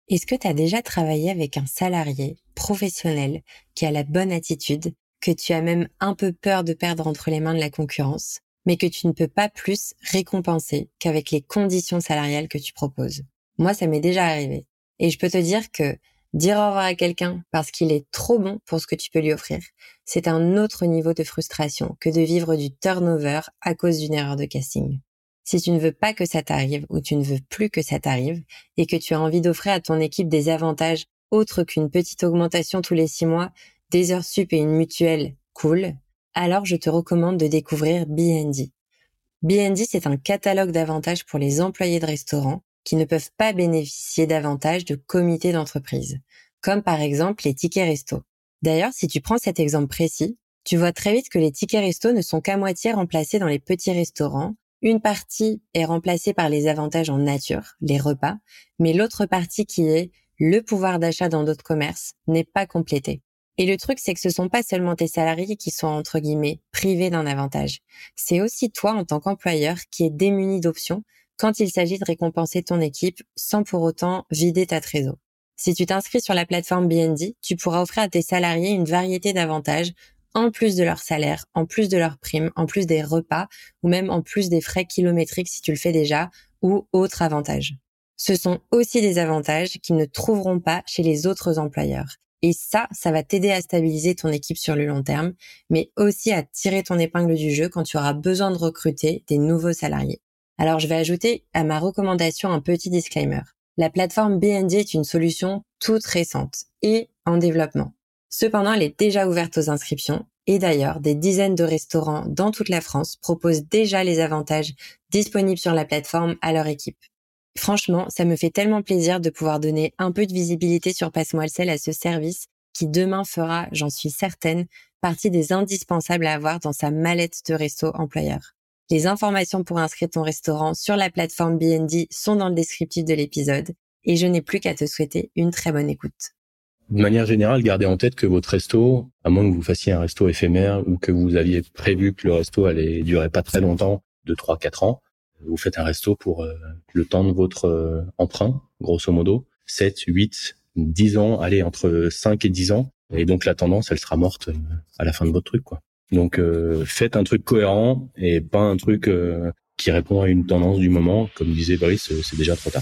Est-ce que tu as déjà travaillé avec un salarié professionnel qui a la bonne attitude, que tu as même un peu peur de perdre entre les mains de la concurrence, mais que tu ne peux pas plus récompenser qu'avec les conditions salariales que tu proposes? Moi, ça m'est déjà arrivé. Et je peux te dire que dire au revoir à quelqu'un parce qu'il est trop bon pour ce que tu peux lui offrir, c'est un autre niveau de frustration que de vivre du turnover à cause d'une erreur de casting. Si tu ne veux pas que ça t'arrive ou tu ne veux plus que ça t'arrive et que tu as envie d'offrir à ton équipe des avantages autres qu'une petite augmentation tous les 6 mois, des heures sup et une mutuelle cool, alors je te recommande de découvrir B&D. B&D, c'est un catalogue d'avantages pour les employés de restaurants qui ne peuvent pas bénéficier d'avantages de comités d'entreprise, comme par exemple les tickets resto. D'ailleurs, si tu prends cet exemple précis, tu vois très vite que les tickets resto ne sont qu'à moitié remplacés dans les petits restaurants. Une partie est remplacée par les avantages en nature, les repas, mais l'autre partie qui est le pouvoir d'achat dans d'autres commerces n'est pas complétée. Et le truc, c'est que ce sont pas seulement tes salariés qui sont, entre guillemets, privés d'un avantage. C'est aussi toi, en tant qu'employeur, qui est démuni d'options quand il s'agit de récompenser ton équipe sans pour autant vider ta trésor. Si tu t'inscris sur la plateforme B&D, tu pourras offrir à tes salariés une variété d'avantages en plus de leur salaire, en plus de leurs primes, en plus des repas ou même en plus des frais kilométriques si tu le fais déjà ou autres avantages. Ce sont aussi des avantages qu'ils ne trouveront pas chez les autres employeurs. Et ça va t'aider à stabiliser ton équipe sur le long terme, mais aussi à tirer ton épingle du jeu quand tu auras besoin de recruter des nouveaux salariés. Alors je vais ajouter à ma recommandation un petit disclaimer. La plateforme B&D est une solution toute récente et en développement. Cependant, elle est déjà ouverte aux inscriptions et d'ailleurs, des dizaines de restaurants dans toute la France proposent déjà les avantages disponibles sur la plateforme à leur équipe. Franchement, ça me fait tellement plaisir de pouvoir donner un peu de visibilité sur Passe-moi le sel à ce service qui demain fera, j'en suis certaine, partie des indispensables à avoir dans sa mallette de resto employeur. Les informations pour inscrire ton restaurant sur la plateforme B&D sont dans le descriptif de l'épisode et je n'ai plus qu'à te souhaiter une très bonne écoute. De manière générale, gardez en tête que votre resto, à moins que vous fassiez un resto éphémère ou que vous aviez prévu que le resto allait durer pas très longtemps, de 3-4 ans, vous faites un resto pour le temps de votre emprunt, grosso modo, 7, 8, 10 ans, allez, entre 5 et 10 ans. Et donc la tendance, elle sera morte à la fin de votre truc, quoi. Donc faites un truc cohérent et pas un truc qui répond à une tendance du moment. Comme disait Brice, c'est déjà trop tard.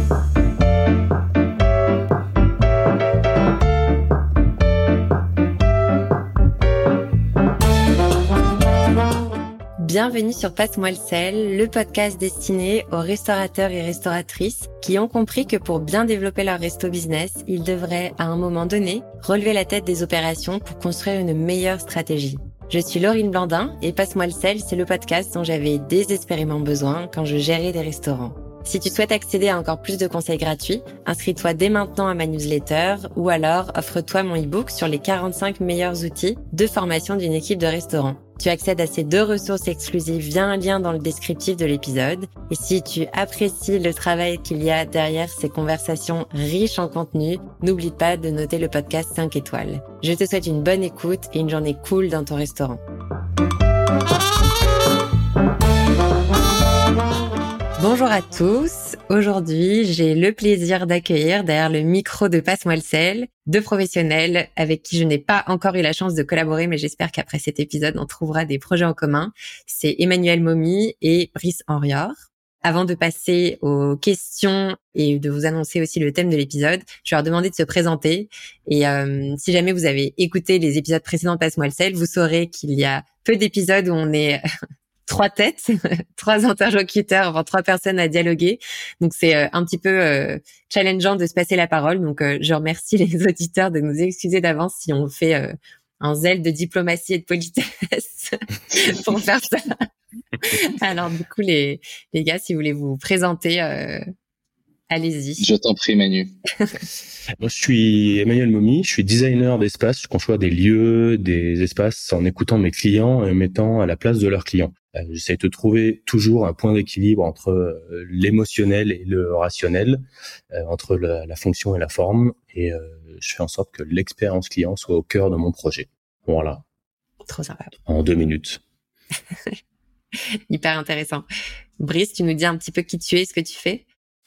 Bienvenue sur Passe-moi le sel, le podcast destiné aux restaurateurs et restauratrices qui ont compris que pour bien développer leur resto business, ils devraient, à un moment donné, relever la tête des opérations pour construire une meilleure stratégie. Je suis Laurine Blandin et Passe-moi le sel, c'est le podcast dont j'avais désespérément besoin quand je gérais des restaurants. Si tu souhaites accéder à encore plus de conseils gratuits, inscris-toi dès maintenant à ma newsletter ou alors offre-toi mon e-book sur les 45 meilleurs outils de formation d'une équipe de restaurant. Tu accèdes à ces 2 ressources exclusives via un lien dans le descriptif de l'épisode. Et si tu apprécies le travail qu'il y a derrière ces conversations riches en contenu, n'oublie pas de noter le podcast 5 étoiles. Je te souhaite une bonne écoute et une journée cool dans ton restaurant. Bonjour à tous. Aujourd'hui, j'ai le plaisir d'accueillir derrière le micro de Passe-moi le sel 2 professionnels avec qui je n'ai pas encore eu la chance de collaborer, mais j'espère qu'après cet épisode, on trouvera des projets en commun. C'est Emmanuel Momy et Brice Henrior. Avant de passer aux questions et de vous annoncer aussi le thème de l'épisode, je vais leur demander de se présenter. Et si jamais vous avez écouté les épisodes précédents de Passe-moi le sel, vous saurez qu'il y a peu d'épisodes où on est 3 têtes, 3 interlocuteurs, enfin 3 personnes à dialoguer. Donc c'est un petit peu challengeant de se passer la parole. Donc je remercie les auditeurs de nous excuser d'avance si on fait un zèle de diplomatie et de politesse pour faire ça. Alors du coup les gars, si vous voulez vous présenter, allez-y. Je t'en prie, Manu. Moi, je suis Emmanuel Momy, je suis designer d'espace. Je conçois des lieux, des espaces en écoutant mes clients et en mettant à la place de leurs clients. J'essaie de trouver toujours un point d'équilibre entre l'émotionnel et le rationnel, entre la fonction et la forme. Et je fais en sorte que l'expérience client soit au cœur de mon projet. Voilà. Trop sympa. En 2 minutes. Hyper intéressant. Brice, tu nous dis un petit peu qui tu es, ce que tu fais?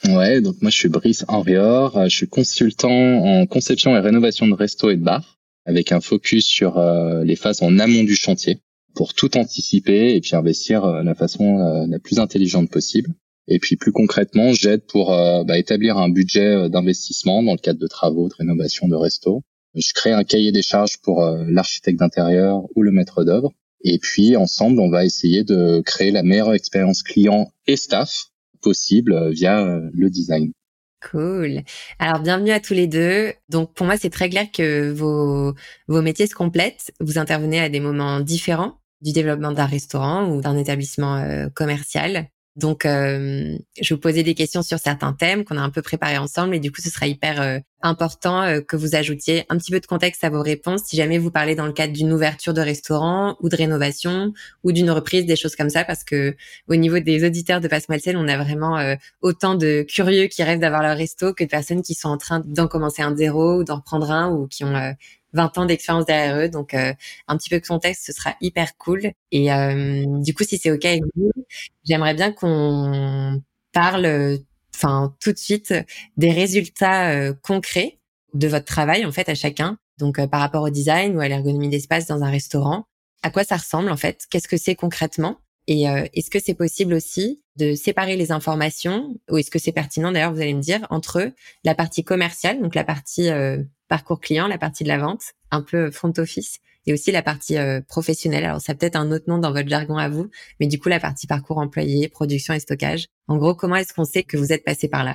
Ouais, donc moi je suis Brice Henrior, je suis consultant en conception et rénovation de restos et de bars, avec un focus sur les phases en amont du chantier, pour tout anticiper et puis investir de la façon la plus intelligente possible. Et puis plus concrètement, j'aide pour établir un budget d'investissement dans le cadre de travaux, de rénovation de restos. Je crée un cahier des charges pour l'architecte d'intérieur ou le maître d'œuvre. Et puis ensemble, on va essayer de créer la meilleure expérience client et staff possible via le design. Cool. Alors, bienvenue à tous les deux. Donc, pour moi, c'est très clair que vos métiers se complètent. Vous intervenez à des moments différents du développement d'un restaurant ou d'un établissement commercial. Donc, je vais vous poser des questions sur certains thèmes qu'on a un peu préparés ensemble et du coup, ce sera hyper important que vous ajoutiez un petit peu de contexte à vos réponses si jamais vous parlez dans le cadre d'une ouverture de restaurant ou de rénovation ou d'une reprise, des choses comme ça, parce que au niveau des auditeurs de Passe Moi le Sel, on a vraiment autant de curieux qui rêvent d'avoir leur resto que de personnes qui sont en train d'en commencer un zéro ou d'en reprendre un ou qui ont 20 ans d'expérience derrière eux. Donc, un petit peu de contexte, ce sera hyper cool. Et du coup, si c'est OK avec vous, j'aimerais bien qu'on parle, tout de suite des résultats concrets de votre travail, en fait, à chacun. Donc, par rapport au design ou à l'ergonomie d'espace dans un restaurant. À quoi ça ressemble, en fait? Qu'est-ce que c'est concrètement? Et est-ce que c'est possible aussi de séparer les informations, ou est-ce que c'est pertinent, d'ailleurs, vous allez me dire, entre la partie commerciale, donc la partie parcours client, la partie de la vente, un peu front office, et aussi la partie professionnelle. Alors, ça a peut-être un autre nom dans votre jargon à vous, mais du coup, la partie parcours employé, production et stockage. En gros, comment est-ce qu'on sait que vous êtes passé par là?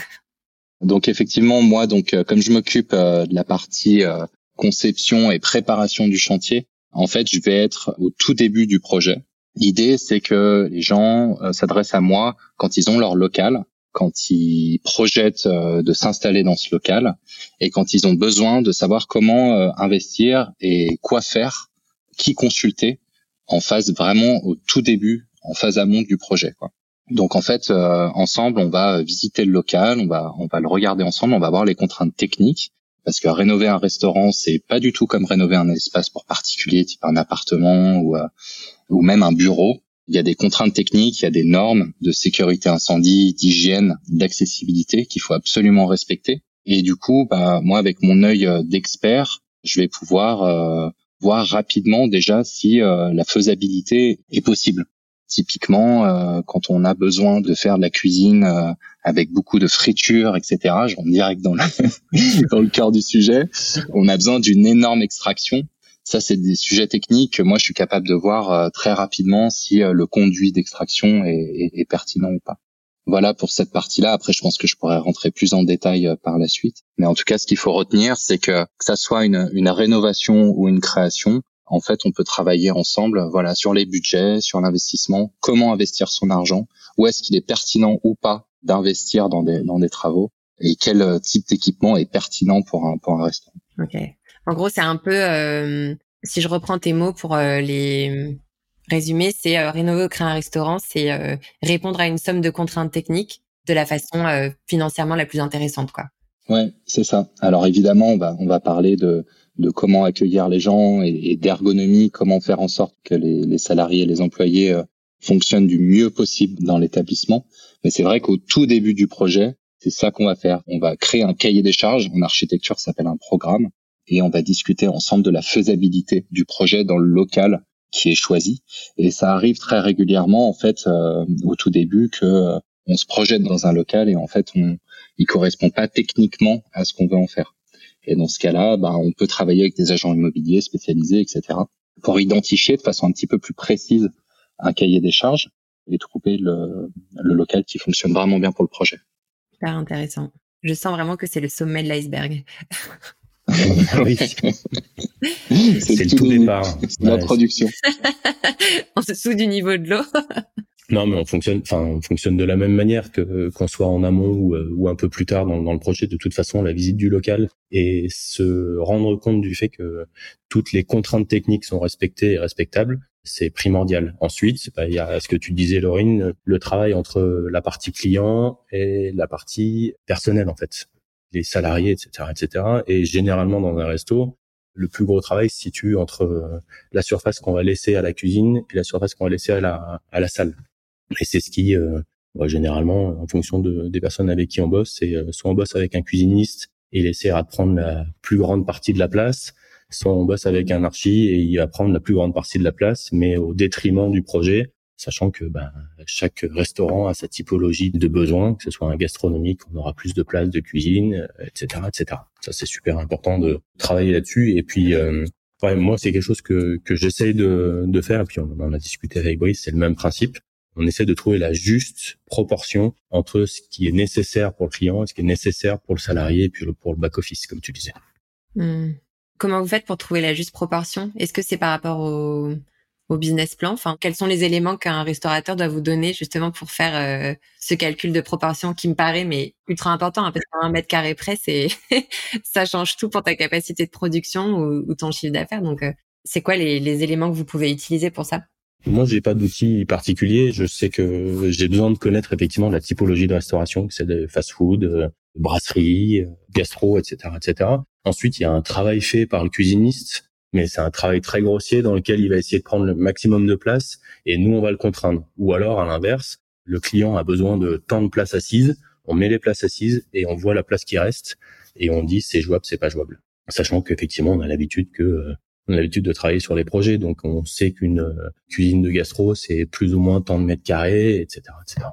Donc effectivement, moi, comme je m'occupe de la partie conception et préparation du chantier, en fait, je vais être au tout début du projet. L'idée, c'est que les gens s'adressent à moi quand ils ont leur local, quand ils projettent de s'installer dans ce local et quand ils ont besoin de savoir comment investir et quoi faire, qui consulter en phase vraiment au tout début, en phase amont du projet, quoi. Donc en fait, ensemble, on va visiter le local, on va le regarder ensemble, on va voir les contraintes techniques, parce que rénover un restaurant, c'est pas du tout comme rénover un espace pour particulier, type un appartement ou même un bureau. Il y a des contraintes techniques, il y a des normes de sécurité incendie, d'hygiène, d'accessibilité qu'il faut absolument respecter. Et du coup, moi, avec mon œil d'expert, je vais pouvoir voir rapidement déjà si la faisabilité est possible. Typiquement, quand on a besoin de faire de la cuisine avec beaucoup de friture, etc., je rentre direct dans dans le cœur du sujet, on a besoin d'une énorme extraction. Ça, c'est des sujets techniques que moi, je suis capable de voir très rapidement si le conduit d'extraction est pertinent ou pas. Voilà pour cette partie-là. Après, je pense que je pourrais rentrer plus en détail par la suite. Mais en tout cas, ce qu'il faut retenir, c'est que ça soit une rénovation ou une création, en fait, on peut travailler ensemble, voilà, sur les budgets, sur l'investissement, comment investir son argent, où est-ce qu'il est pertinent ou pas d'investir dans des travaux, et quel type d'équipement est pertinent pour un restaurant. Ok. En gros, c'est un peu, si je reprends tes mots pour les résumer, c'est rénover ou créer un restaurant, c'est répondre à une somme de contraintes techniques de la façon financièrement la plus intéressante, quoi. Ouais, c'est ça. Alors évidemment, on va parler de comment accueillir les gens et d'ergonomie, comment faire en sorte que les salariés et les employés fonctionnent du mieux possible dans l'établissement. Mais c'est vrai qu'au tout début du projet, c'est ça qu'on va faire. On va créer un cahier des charges. En architecture, ça s'appelle un programme. Et on va discuter ensemble de la faisabilité du projet dans le local qui est choisi. Et ça arrive très régulièrement, en fait, au tout début, que on se projette dans un local et en fait, il correspond pas techniquement à ce qu'on veut en faire. Et dans ce cas-là, on peut travailler avec des agents immobiliers spécialisés, etc., pour identifier de façon un petit peu plus précise un cahier des charges et trouver le local qui fonctionne vraiment bien pour le projet. Super intéressant. Je sens vraiment que c'est le sommet de l'iceberg. Oui. C'est le tout départ. C'est la production. En dessous du niveau de l'eau. Non, mais on fonctionne de la même manière que qu'on soit en amont ou un peu plus tard dans le projet. De toute façon, la visite du local et se rendre compte du fait que toutes les contraintes techniques sont respectées et respectables, c'est primordial. Ensuite, il y a ce que tu disais, Laurine, le travail entre la partie client et la partie personnelle, en fait, les salariés, etc., etc. Et généralement dans un resto, le plus gros travail se situe entre la surface qu'on va laisser à la cuisine et la surface qu'on va laisser à la salle. Et c'est ce qui Généralement, en fonction des personnes avec qui on bosse, c'est soit on bosse avec un cuisiniste et il essaiera de prendre la plus grande partie de la place, soit on bosse avec un archi et il va prendre la plus grande partie de la place, mais au détriment du projet, sachant que chaque restaurant a sa typologie de besoins, que ce soit un gastronomique, on aura plus de place de cuisine, etc., etc. Ça, c'est super important de travailler là-dessus. Et puis, moi, c'est quelque chose que j'essaye de faire. Et puis, on en a discuté avec Brice, c'est le même principe. On essaie de trouver la juste proportion entre ce qui est nécessaire pour le client et ce qui est nécessaire pour le salarié et puis pour le back-office, comme tu disais. Comment vous faites pour trouver la juste proportion? Est-ce que c'est par rapport au business plan? Enfin, quels sont les éléments qu'un restaurateur doit vous donner justement pour faire ce calcul de proportion qui me paraît mais ultra important, hein, parce qu'à 1 mètre carré près, ça change tout pour ta capacité de production ou ton chiffre d'affaires. Donc, c'est quoi les éléments que vous pouvez utiliser pour ça? Moi, j'ai pas d'outils particuliers. Je sais que j'ai besoin de connaître effectivement la typologie de restauration, que c'est de fast-food, brasserie, gastro, etc., etc. Ensuite, il y a un travail fait par le cuisiniste, mais c'est un travail très grossier dans lequel il va essayer de prendre le maximum de place et nous, on va le contraindre. Ou alors, à l'inverse, le client a besoin de tant de places assises, on met les places assises et on voit la place qui reste et on dit c'est jouable, c'est pas jouable. Sachant qu'effectivement, on a l'habitude de travailler sur les projets, donc on sait qu'une cuisine de gastro, c'est plus ou moins tant de mètres carrés, etc., etc.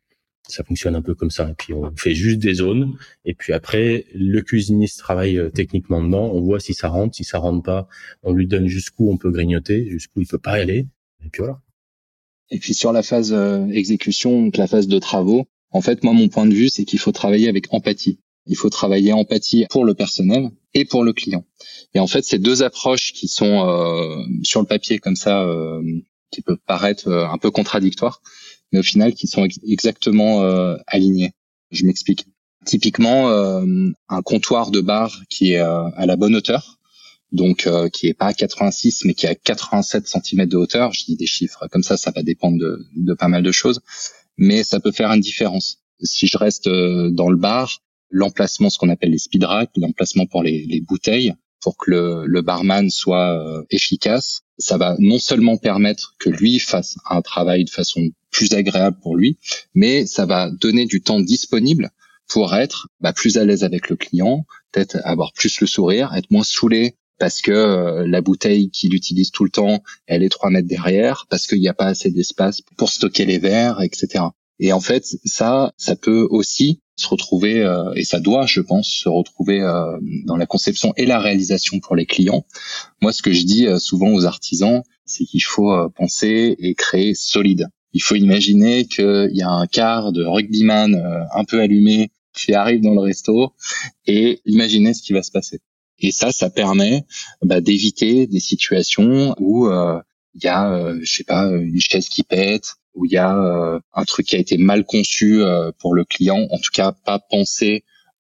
Ça fonctionne un peu comme ça. Et puis on fait juste des zones. Et puis après, le cuisiniste travaille techniquement dedans. On voit si ça rentre pas. On lui donne jusqu'où on peut grignoter, jusqu'où il peut pas aller. Et puis voilà. Et puis sur la phase exécution, donc la phase de travaux, en fait, moi, mon point de vue, c'est qu'il faut travailler avec empathie. Il faut travailler empathie pour le personnel et pour le client. Et en fait, ces deux approches qui sont sur le papier comme ça, qui peuvent paraître un peu contradictoires, mais au final, qui sont exactement alignées. Je m'explique. Typiquement, un comptoir de bar qui est à la bonne hauteur, donc qui est pas à 86 mais qui est à 87 cm de hauteur. Je dis des chiffres comme ça va dépendre de pas mal de choses, mais ça peut faire une différence. Si je reste dans le bar, l'emplacement, ce qu'on appelle les speed racks, l'emplacement pour les bouteilles, pour que le barman soit efficace, ça va non seulement permettre que lui fasse un travail de façon plus agréable pour lui, mais ça va donner du temps disponible pour être plus à l'aise avec le client, peut-être avoir plus le sourire, être moins saoulé parce que la bouteille qu'il utilise tout le temps, elle est 3 mètres derrière, parce qu'il n'y a pas assez d'espace pour stocker les verres, etc. Et en fait, ça peut aussi se retrouver, et ça doit, je pense, se retrouver dans la conception et la réalisation pour les clients. Moi, ce que je dis souvent aux artisans, c'est qu'il faut penser et créer solide. Il faut imaginer qu'il y a un quart de rugbyman un peu allumé qui arrive dans le resto et imaginer ce qui va se passer. Et ça permet d'éviter des situations où il y a, une chaise qui pète, où il y a un truc qui a été mal conçu pour le client, en tout cas pas pensé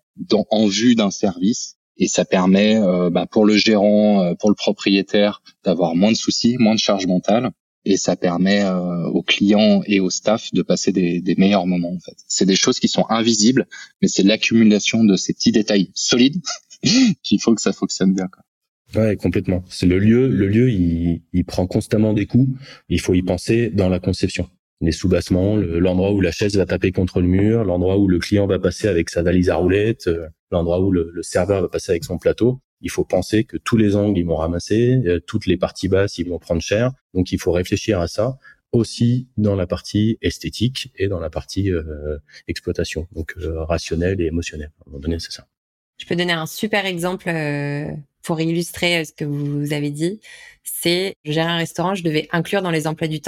en vue d'un service. Et ça permet pour le gérant, pour le propriétaire, d'avoir moins de soucis, moins de charge mentale. Et ça permet aux clients et au staff de passer des meilleurs moments, en fait. C'est des choses qui sont invisibles, mais c'est l'accumulation de ces petits détails solides qu'il faut que ça fonctionne bien, quoi. Ouais, complètement. C'est le lieu, il prend constamment des coups. Il faut y penser dans la conception. Les soubassements, l'endroit où la chaise va taper contre le mur, l'endroit où le client va passer avec sa valise à roulettes, l'endroit où le serveur va passer avec son plateau. Il faut penser que tous les angles, ils vont ramasser, toutes les parties basses, ils vont prendre cher. Donc, il faut réfléchir à ça aussi dans la partie esthétique et dans la partie exploitation, donc rationnelle et émotionnelle. À un moment donné, c'est ça. Je peux donner un super exemple pour illustrer ce que vous avez dit. C'est, je gère un restaurant, je devais inclure dans les emplois du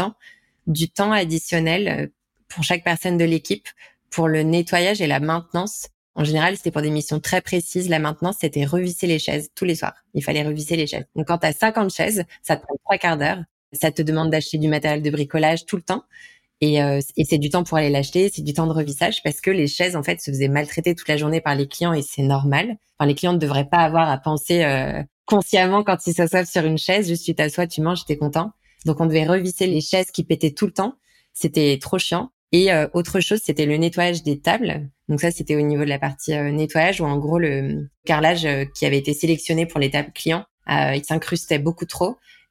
temps additionnel pour chaque personne de l'équipe pour le nettoyage et la maintenance. En général, c'était pour des missions très précises. La maintenance, c'était revisser les chaises tous les soirs. Il fallait revisser les chaises. Donc, quand tu as 50 chaises, ça te prend 3 quarts d'heure. Ça te demande d'acheter du matériel de bricolage tout le temps. Et c'est du temps pour aller l'acheter, c'est du temps de revissage parce que les chaises, en fait, se faisaient maltraiter toute la journée par les clients et c'est normal. Enfin, les clients ne devraient pas avoir à penser consciemment quand ils s'assoient sur une chaise. Juste, tu t'assois, tu manges, t'es content. Donc, on devait revisser les chaises qui pétaient tout le temps. C'était trop chiant. Et autre chose, c'était le nettoyage des tables. Donc ça, c'était au niveau de la partie nettoyage où en gros, le carrelage qui avait été sélectionné pour les tables clients, il s'incrustait beaucoup trop.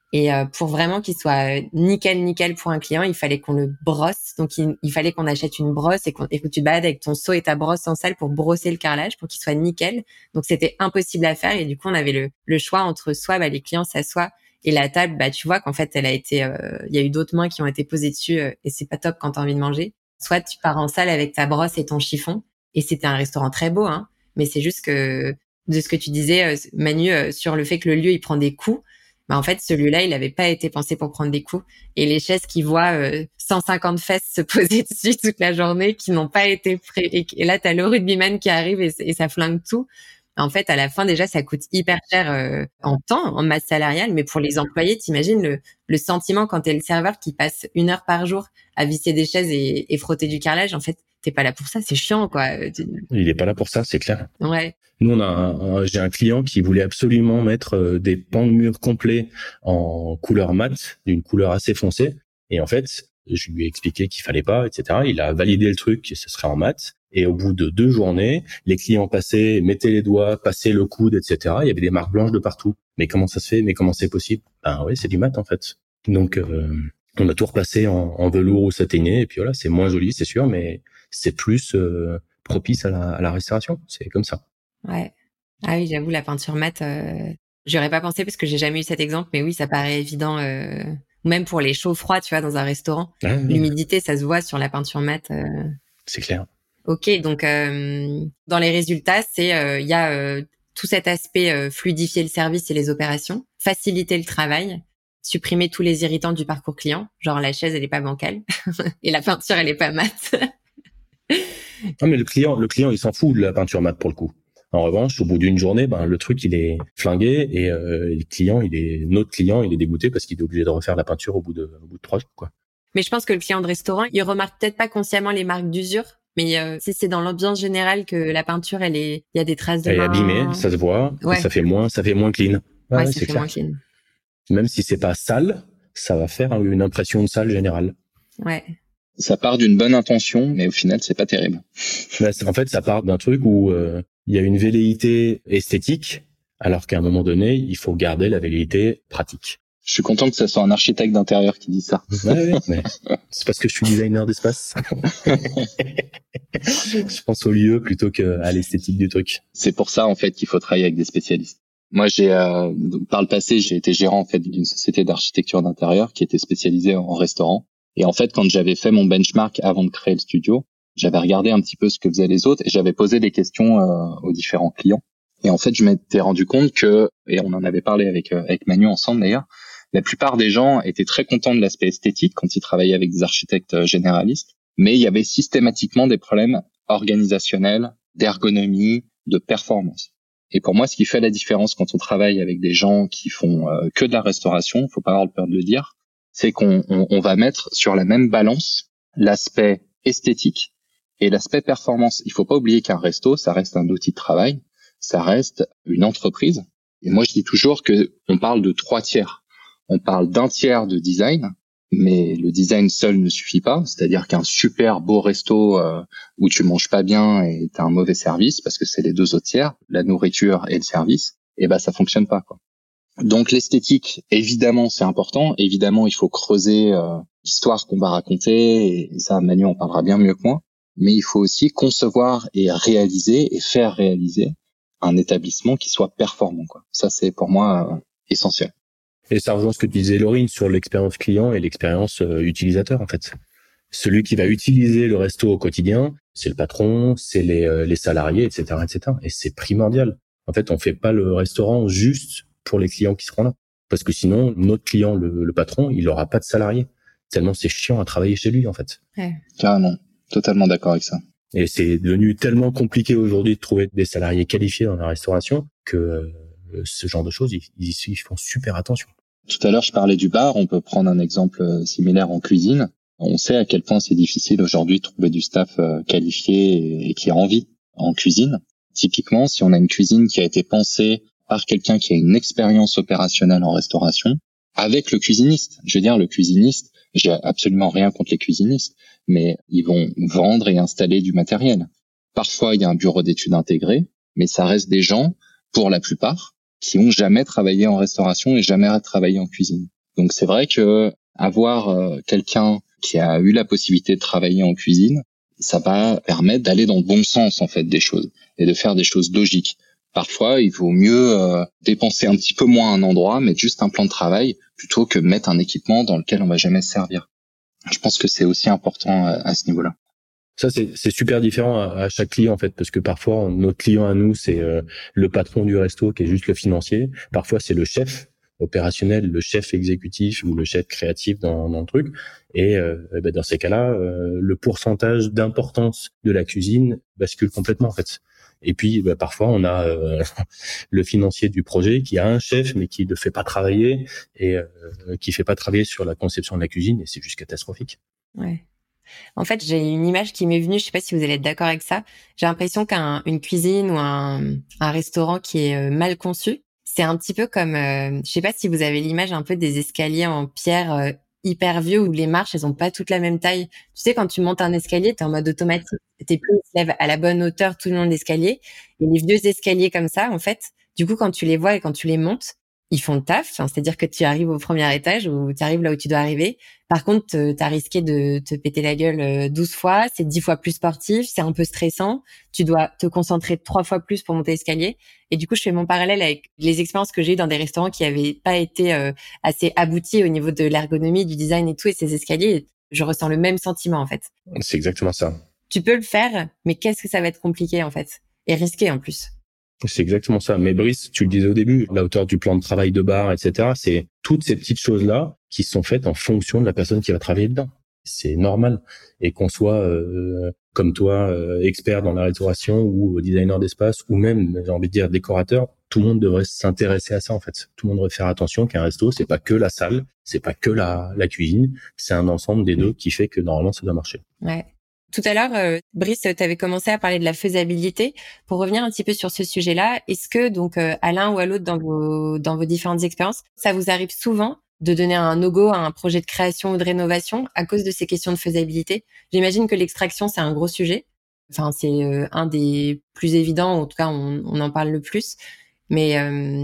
Et pour vraiment qu'il soit nickel pour un client, il fallait qu'on le brosse. Donc il fallait qu'on achète une brosse et que tu te balades avec ton seau et ta brosse en salle pour brosser le carrelage pour qu'il soit nickel. Donc c'était impossible à faire et du coup on avait le choix entre soit les clients s'assoient et la table, tu vois qu'en fait elle a été, il y a eu d'autres mains qui ont été posées dessus et c'est pas top quand t'as envie de manger. Soit tu pars en salle avec ta brosse et ton chiffon et c'était un restaurant très beau, hein. Mais c'est juste que de ce que tu disais, Manu, sur le fait que le lieu il prend des coups. En fait, celui-là, il n'avait pas été pensé pour prendre des coups. Et les chaises qui voient 150 fesses se poser dessus toute la journée, qui n'ont pas été prêtes. Et là, t'as le rugbyman qui arrive et ça flingue tout. En fait, à la fin, déjà, ça coûte hyper cher en temps, en masse salariale. Mais pour les employés, t'imagines le sentiment quand t'es le serveur qui passe 1 heure par jour à visser des chaises et frotter du carrelage. En fait, t'es pas là pour ça. C'est chiant, quoi. Il est pas là pour ça, c'est clair. Ouais. Nous, j'ai un client qui voulait absolument mettre des pans de mur complets en couleur mat, d'une couleur assez foncée. Et en fait, je lui ai expliqué qu'il fallait pas, etc. Il a validé le truc, que ce serait en mat. Et au bout de 2 journées, les clients passaient, mettaient les doigts, passaient le coude, etc. Il y avait des marques blanches de partout. Mais comment ça se fait? Mais comment c'est possible? Ouais, c'est du mat, en fait. Donc, on a tout replacé en velours ou satiné. Et puis voilà, c'est moins joli, c'est sûr, mais c'est plus propice à la restauration. C'est comme ça. Ouais. Ah oui, j'avoue, la peinture mat, j'aurais pas pensé parce que j'ai jamais eu cet exemple, mais oui, ça paraît évident, même pour les chauds froids, tu vois, dans un restaurant. Ah, oui. L'humidité, ça se voit sur la peinture mat. C'est clair. Ok, donc dans les résultats, c'est il y a tout cet aspect fluidifier le service et les opérations, faciliter le travail, supprimer tous les irritants du parcours client, genre la chaise elle est pas bancale et la peinture elle est pas mate. Non, mais le client il s'en fout de la peinture mat pour le coup. En revanche, au bout d'une journée, le truc il est flingué et notre client il est dégoûté parce qu'il est obligé de refaire la peinture au bout de 3 jours, quoi. Mais je pense que le client de restaurant, il remarque peut-être pas consciemment les marques d'usure, mais si c'est dans l'ambiance générale que la peinture il y a des traces de main. Elle est abîmée, ça se voit, ouais. Et ça fait moins clean. Ouais, ça fait moins clean. Même si c'est pas sale, ça va faire une impression de sale générale. Ouais. Ça part d'une bonne intention, mais au final, c'est pas terrible. En fait, ça part d'un truc où il y a une velléité esthétique, alors qu'à un moment donné, il faut garder la velléité pratique. Je suis content que ce soit un architecte d'intérieur qui dit ça. Ouais, mais c'est parce que je suis designer d'espace. Je pense au lieu plutôt qu'à l'esthétique du truc. C'est pour ça, en fait, qu'il faut travailler avec des spécialistes. Moi, par le passé, j'ai été gérant, en fait, d'une société d'architecture d'intérieur qui était spécialisée en restaurant. Et en fait, quand j'avais fait mon benchmark avant de créer le studio, j'avais regardé un petit peu ce que faisaient les autres et j'avais posé des questions aux différents clients. Et en fait, je m'étais rendu compte que, et on en avait parlé avec Manu ensemble d'ailleurs, la plupart des gens étaient très contents de l'aspect esthétique quand ils travaillaient avec des architectes généralistes, mais il y avait systématiquement des problèmes organisationnels, d'ergonomie, de performance. Et pour moi, ce qui fait la différence quand on travaille avec des gens qui font que de la restauration, faut pas avoir peur de le dire, c'est qu'on va mettre sur la même balance l'aspect esthétique et l'aspect performance. Il faut pas oublier qu'un resto, ça reste un outil de travail, ça reste une entreprise. Et moi, je dis toujours que on parle de 3 tiers. On parle d'un tiers de design, mais le design seul ne suffit pas. C'est-à-dire qu'un super beau resto où tu manges pas bien et t'as un mauvais service, parce que c'est les 2 autres tiers, la nourriture et le service, ça fonctionne pas, quoi. Donc l'esthétique, évidemment, c'est important. Évidemment, il faut creuser l'histoire qu'on va raconter, et ça, Manu en parlera bien mieux que moi. Mais il faut aussi concevoir et réaliser et faire réaliser un établissement qui soit performant, quoi. Ça, c'est pour moi essentiel. Et ça rejoint ce que tu disais, Laurine, sur l'expérience client et l'expérience utilisateur, en fait. Celui qui va utiliser le resto au quotidien, c'est le patron, c'est les salariés, etc., etc. Et c'est primordial. En fait, on fait pas le restaurant juste pour les clients qui seront là. Parce que sinon, notre client, le patron, il aura pas de salariés. Tellement c'est chiant à travailler chez lui, en fait. Ouais. Carrément. Totalement d'accord avec ça. Et c'est devenu tellement compliqué aujourd'hui de trouver des salariés qualifiés dans la restauration que ce genre de choses, ils font super attention. Tout à l'heure, je parlais du bar. On peut prendre un exemple similaire en cuisine. On sait à quel point c'est difficile aujourd'hui de trouver du staff qualifié et qui a envie en cuisine. Typiquement, si on a une cuisine qui a été pensée par quelqu'un qui a une expérience opérationnelle en restauration, avec le cuisiniste. Je veux dire, le cuisiniste, j'ai absolument rien contre les cuisinistes, mais ils vont vendre et installer du matériel. Parfois, il y a un bureau d'études intégré, mais ça reste des gens, pour la plupart, qui ont jamais travaillé en restauration et jamais travaillé en cuisine. Donc c'est vrai que avoir quelqu'un qui a eu la possibilité de travailler en cuisine, ça va permettre d'aller dans le bon sens en fait des choses et de faire des choses logiques. Parfois, il vaut mieux dépenser un petit peu moins à un endroit, mettre juste un plan de travail plutôt que mettre un équipement dans lequel on va jamais se servir. Je pense que c'est aussi important à ce niveau-là. Ça, c'est super différent à chaque client, en fait, parce que parfois, notre client à nous, c'est le patron du resto qui est juste le financier. Parfois, c'est le chef opérationnel, le chef exécutif ou le chef créatif dans le truc. Et dans ces cas-là, le pourcentage d'importance de la cuisine bascule complètement, en fait. Et puis, parfois, on a le financier du projet qui a un chef, mais qui ne le fait pas travailler et qui fait pas travailler sur la conception de la cuisine, et c'est juste catastrophique. Ouais. En fait, j'ai une image qui m'est venue, je sais pas si vous allez être d'accord avec ça. J'ai l'impression qu'une cuisine ou un restaurant qui est mal conçu, c'est un petit peu comme, je sais pas si vous avez l'image un peu des escaliers en pierre hyper vieux où les marches, elles ont pas toutes la même taille. Tu sais, quand tu montes un escalier, t'es en mode automatique. Tes pieds se lèvent à la bonne hauteur tout le long de l'escalier. Et les vieux escaliers comme ça, en fait, du coup, quand tu les vois et quand tu les montes, ils font le taf. Enfin, c'est-à-dire que tu arrives au premier étage ou tu arrives là où tu dois arriver. Par contre, t'as risqué de te péter la gueule 12 fois, c'est 10 fois plus sportif, c'est un peu stressant, tu dois te concentrer 3 fois plus pour monter l'escalier. Et du coup, je fais mon parallèle avec les expériences que j'ai eues dans des restaurants qui avaient pas été assez aboutis au niveau de l'ergonomie, du design et tout, et ces escaliers, je ressens le même sentiment en fait. C'est exactement ça. Tu peux le faire, mais qu'est-ce que ça va être compliqué en fait, et risqué en plus. C'est exactement ça. Mais Brice, tu le disais au début, la hauteur du plan de travail de bar, etc., c'est toutes ces petites choses-là qui sont faites en fonction de la personne qui va travailler dedans. C'est normal. Et qu'on soit, comme toi, expert dans la restauration ou designer d'espace ou même, j'ai envie de dire, décorateur, tout le monde devrait s'intéresser à ça, en fait. Tout le monde devrait faire attention qu'un resto, c'est pas que la salle, c'est pas que la cuisine, c'est un ensemble des deux qui fait que normalement ça doit marcher. Ouais. Tout à l'heure, Brice, tu avais commencé à parler de la faisabilité. Pour revenir un petit peu sur ce sujet-là, est-ce que donc à l'un ou à l'autre dans vos différentes expériences, ça vous arrive souvent de donner un no-go à un projet de création ou de rénovation à cause de ces questions de faisabilité? J'imagine que l'extraction, c'est un gros sujet. Enfin, c'est un des plus évidents, en tout cas, on en parle le plus. Mais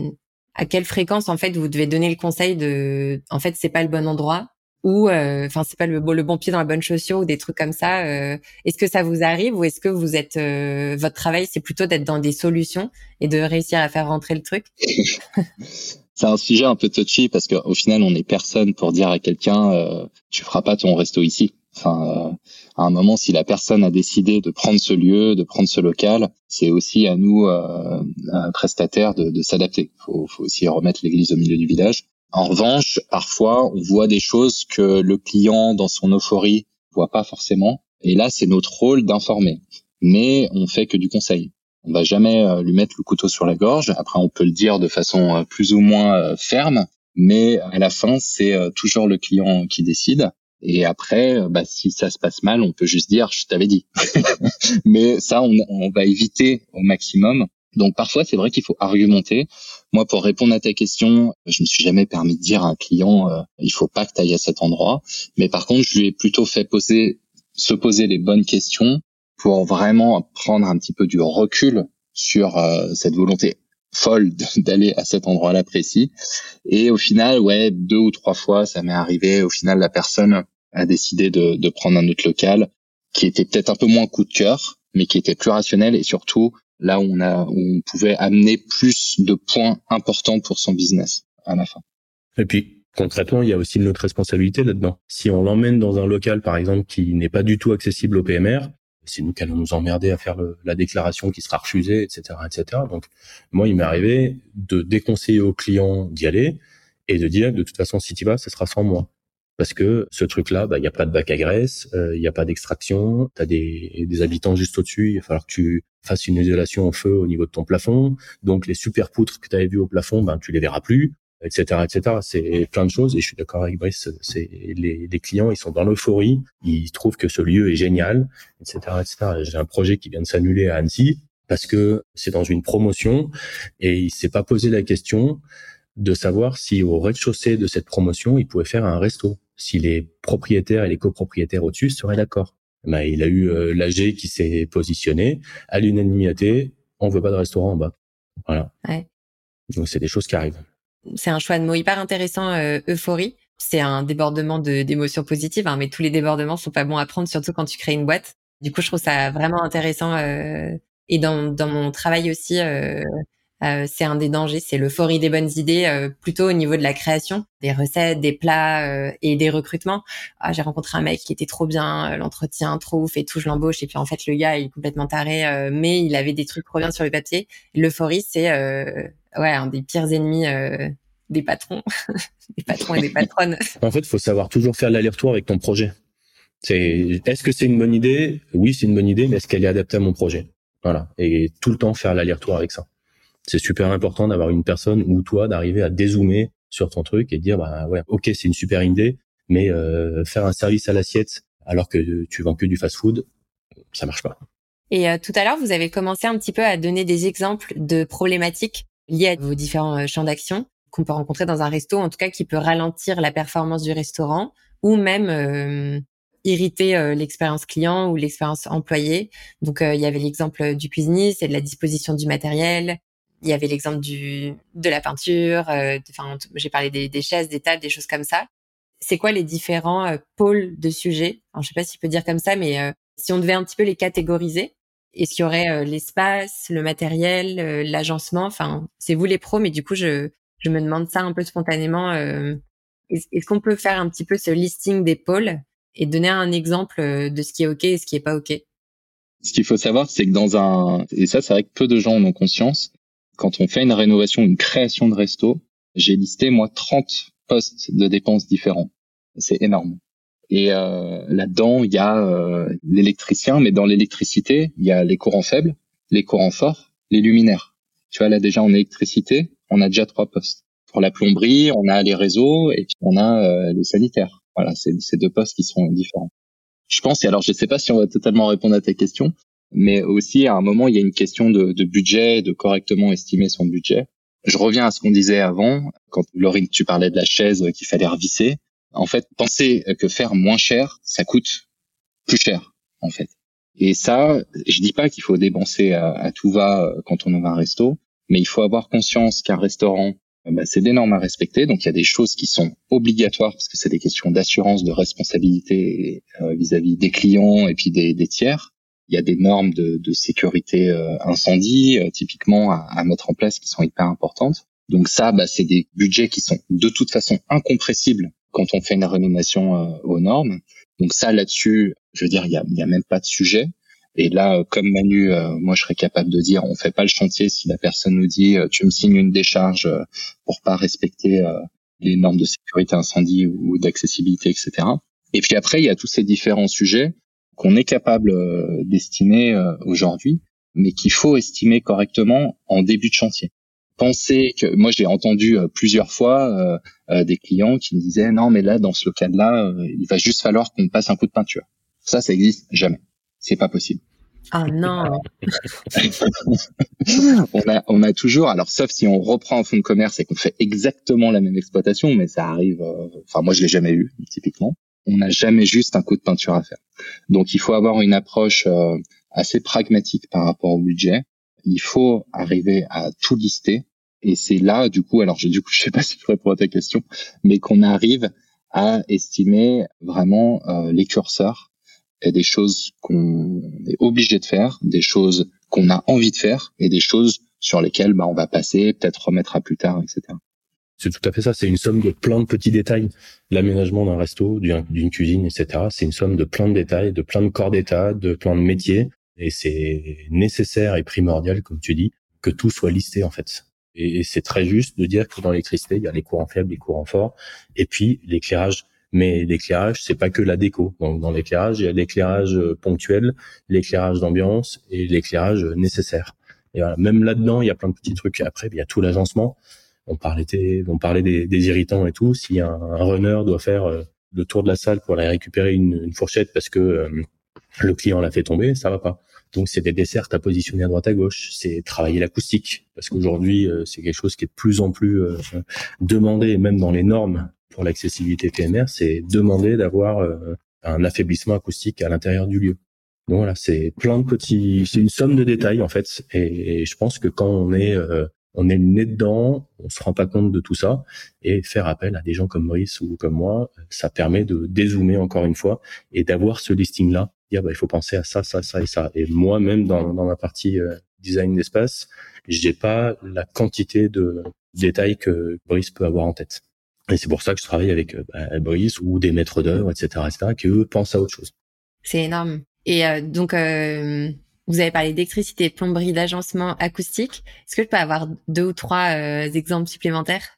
à quelle fréquence, en fait, vous devez donner le conseil de, en fait, c'est pas le bon endroit, ou enfin c'est pas le bon pied dans la bonne chaussure ou des trucs comme ça. Est-ce que ça vous arrive ou est-ce que vous êtes votre travail c'est plutôt d'être dans des solutions et de réussir à faire rentrer le truc? C'est un sujet un peu touchy parce qu'au final on est personne pour dire à quelqu'un tu feras pas ton resto ici. Enfin à un moment si la personne a décidé de prendre ce lieu, de prendre ce local, c'est aussi à nous prestataires de s'adapter. Faut aussi remettre l'église au milieu du village. En revanche, parfois, on voit des choses que le client, dans son euphorie, voit pas forcément. Et là, c'est notre rôle d'informer. Mais on fait que du conseil. On va jamais lui mettre le couteau sur la gorge. Après, on peut le dire de façon plus ou moins ferme. Mais à la fin, c'est toujours le client qui décide. Et après, si ça se passe mal, on peut juste dire, je t'avais dit. Mais ça, on va éviter au maximum. Donc parfois, c'est vrai qu'il faut argumenter. Moi, pour répondre à ta question, je me suis jamais permis de dire à un client il faut pas que tu ailles à cet endroit. Mais par contre, je lui ai plutôt fait se poser les bonnes questions pour vraiment prendre un petit peu du recul sur cette volonté folle d'aller à cet endroit-là précis. Et au final, 2 ou 3 fois, ça m'est arrivé. Au final, la personne a décidé de prendre un autre local qui était peut-être un peu moins coup de cœur, mais qui était plus rationnel et surtout là où on pouvait amener plus de points importants pour son business à la fin. Et puis, concrètement, il y a aussi notre responsabilité là-dedans. Si on l'emmène dans un local, par exemple, qui n'est pas du tout accessible au PMR, c'est nous qui allons nous emmerder à faire la déclaration qui sera refusée, etc., etc. Donc, moi, il m'est arrivé de déconseiller aux clients d'y aller et de dire, de toute façon, si tu vas, ça sera sans moi. Parce que ce truc-là, il y a pas de bac à graisse, il y a pas d'extraction, t'as des habitants juste au-dessus, il va falloir que tu fasses une isolation au feu au niveau de ton plafond. Donc, les super poutres que tu avais vues au plafond, tu les verras plus, etc., etc. C'est plein de choses et je suis d'accord avec Brice, c'est les clients, ils sont dans l'euphorie, ils trouvent que ce lieu est génial, etc., etc. J'ai un projet qui vient de s'annuler à Annecy parce que c'est dans une promotion et il s'est pas posé la question de savoir si au rez-de-chaussée de cette promotion, il pouvait faire un resto, si les propriétaires et les copropriétaires au-dessus seraient d'accord. Il a eu l'AG qui s'est positionné à l'unanimité, on veut pas de restaurant en bas. Voilà. Ouais. Donc c'est des choses qui arrivent. C'est un choix de mots hyper intéressant, euphorie. C'est un débordement d'émotions positives, hein, mais tous les débordements sont pas bons à prendre, surtout quand tu crées une boîte. Du coup, je trouve ça vraiment intéressant. Et dans mon travail aussi, c'est un des dangers, c'est l'euphorie des bonnes idées, plutôt au niveau de la création, des recettes, des plats et des recrutements. Ah, j'ai rencontré un mec qui était trop bien, l'entretien trop ouf et tout, je l'embauche. Et puis en fait, le gars il est complètement taré, mais il avait des trucs trop bien sur le papier. L'euphorie, c'est un des pires ennemis des patrons, des patrons et des patronnes. En fait, il faut savoir toujours faire l'aller-retour avec ton projet. Est-ce que c'est une bonne idée? Oui, c'est une bonne idée, mais est-ce qu'elle est adaptée à mon projet? Voilà. Et tout le temps faire l'aller-retour avec ça. C'est super important d'avoir une personne ou toi d'arriver à dézoomer sur ton truc et dire bah ouais, ok, c'est une super idée, mais faire un service à l'assiette alors que tu vends que du fast-food, ça marche pas. Et tout à l'heure, vous avez commencé un petit peu à donner des exemples de problématiques liées à vos différents champs d'action qu'on peut rencontrer dans un resto, en tout cas qui peut ralentir la performance du restaurant ou même irriter l'expérience client ou l'expérience employée. Donc il y avait l'exemple du cuisinier, c'est de la disposition du matériel. Il y avait l'exemple de la peinture. J'ai parlé des chaises, des tables, des choses comme ça. C'est quoi les différents pôles de sujets? Alors, je sais pas si je peux dire comme ça, mais si on devait un petit peu les catégoriser, est-ce qu'il y aurait l'espace, le matériel, l'agencement? Enfin, c'est vous les pros, mais du coup, je me demande ça un peu spontanément. Est-ce qu'on peut faire un petit peu ce listing des pôles et donner un exemple de ce qui est OK et ce qui est pas OK? Ce qu'il faut savoir, c'est que et ça, c'est vrai que peu de gens en ont conscience, quand on fait une rénovation, une création de resto, j'ai listé, moi, 30 postes de dépenses différents. C'est énorme. Et là-dedans, il y a l'électricien, mais dans l'électricité, il y a les courants faibles, les courants forts, les luminaires. Tu vois, là, déjà, en électricité, on a déjà 3 postes. Pour la plomberie, on a les réseaux et puis on a les sanitaires. Voilà, c'est 2 postes qui sont différents. Je pense, et alors je ne sais pas si on va totalement répondre à ta question, mais aussi à un moment, il y a une question de budget, de correctement estimer son budget. Je reviens à ce qu'on disait avant, quand Laurine, tu parlais de la chaise qu'il fallait revisser. En fait, penser que faire moins cher, ça coûte plus cher, en fait. Et ça, je dis pas qu'il faut dépenser à tout va quand on ouvre un resto, mais il faut avoir conscience qu'un restaurant, c'est des normes à respecter. Donc, il y a des choses qui sont obligatoires parce que c'est des questions d'assurance, de responsabilité vis-à-vis des clients et puis des tiers. Il y a des normes de sécurité incendie, typiquement à mettre en place qui sont hyper importantes. Donc ça, c'est des budgets qui sont de toute façon incompressibles quand on fait une rénovation aux normes. Donc ça, là-dessus, je veux dire, il y a même pas de sujet. Et là, comme Manu, moi, je serais capable de dire, on fait pas le chantier si la personne nous dit, tu me signes une décharge pour pas respecter les normes de sécurité incendie ou d'accessibilité, etc. Et puis après, il y a tous ces différents sujets qu'on est capable d'estimer aujourd'hui, mais qu'il faut estimer correctement en début de chantier. Penser que, moi, j'ai entendu plusieurs fois des clients qui me disaient, non, mais là, dans ce local-là, il va juste falloir qu'on passe un coup de peinture. Ça existe jamais. C'est pas possible. Ah non. on a toujours, alors sauf si on reprend un fonds de commerce et qu'on fait exactement la même exploitation, mais ça arrive, moi je l'ai jamais eu, typiquement. On n'a jamais juste un coup de peinture à faire. Donc il faut avoir une approche assez pragmatique par rapport au budget. Il faut arriver à tout lister. Et c'est là, du coup, je sais pas si je réponds à ta question, mais qu'on arrive à estimer vraiment les curseurs et des choses qu'on est obligé de faire, des choses qu'on a envie de faire et des choses sur lesquelles on va passer, peut-être remettre à plus tard, etc. C'est tout à fait ça, c'est une somme de plein de petits détails. L'aménagement d'un resto, d'une cuisine, etc., c'est une somme de plein de détails, de plein de corps d'état, de plein de métiers. Et c'est nécessaire et primordial, comme tu dis, que tout soit listé en fait. Et c'est très juste de dire que dans l'électricité, il y a les courants faibles, les courants forts, et puis l'éclairage. Mais l'éclairage, c'est pas que la déco. Donc, dans l'éclairage, il y a l'éclairage ponctuel, l'éclairage d'ambiance et l'éclairage nécessaire. Et voilà, même là-dedans, il y a plein de petits trucs. Après, il y a tout l'agencement. On parlait des irritants et tout. Si un runner doit faire le tour de la salle pour aller récupérer une fourchette parce que le client l'a fait tomber, ça va pas. Donc, c'est des desserts à positionner à droite à gauche. C'est travailler l'acoustique parce qu'aujourd'hui, c'est quelque chose qui est de plus en plus demandé, même dans les normes pour l'accessibilité PMR, c'est demander d'avoir un affaiblissement acoustique à l'intérieur du lieu. Donc voilà, c'est une somme de détails en fait, et je pense que quand on est on est le nez dedans, on se rend pas compte de tout ça, et faire appel à des gens comme Brice ou comme moi, ça permet de dézoomer encore une fois et d'avoir ce listing-là. Dire, il faut penser à ça, ça, ça et ça. Et moi, même dans ma partie design d'espace, j'ai pas la quantité de détails que Brice peut avoir en tête. Et c'est pour ça que je travaille avec Brice ou des maîtres d'œuvre, etc., qui eux pensent à autre chose. C'est énorme. Et donc, vous avez parlé d'électricité, plomberie, d'agencement acoustique. Est-ce que je peux avoir 2 ou 3 exemples supplémentaires?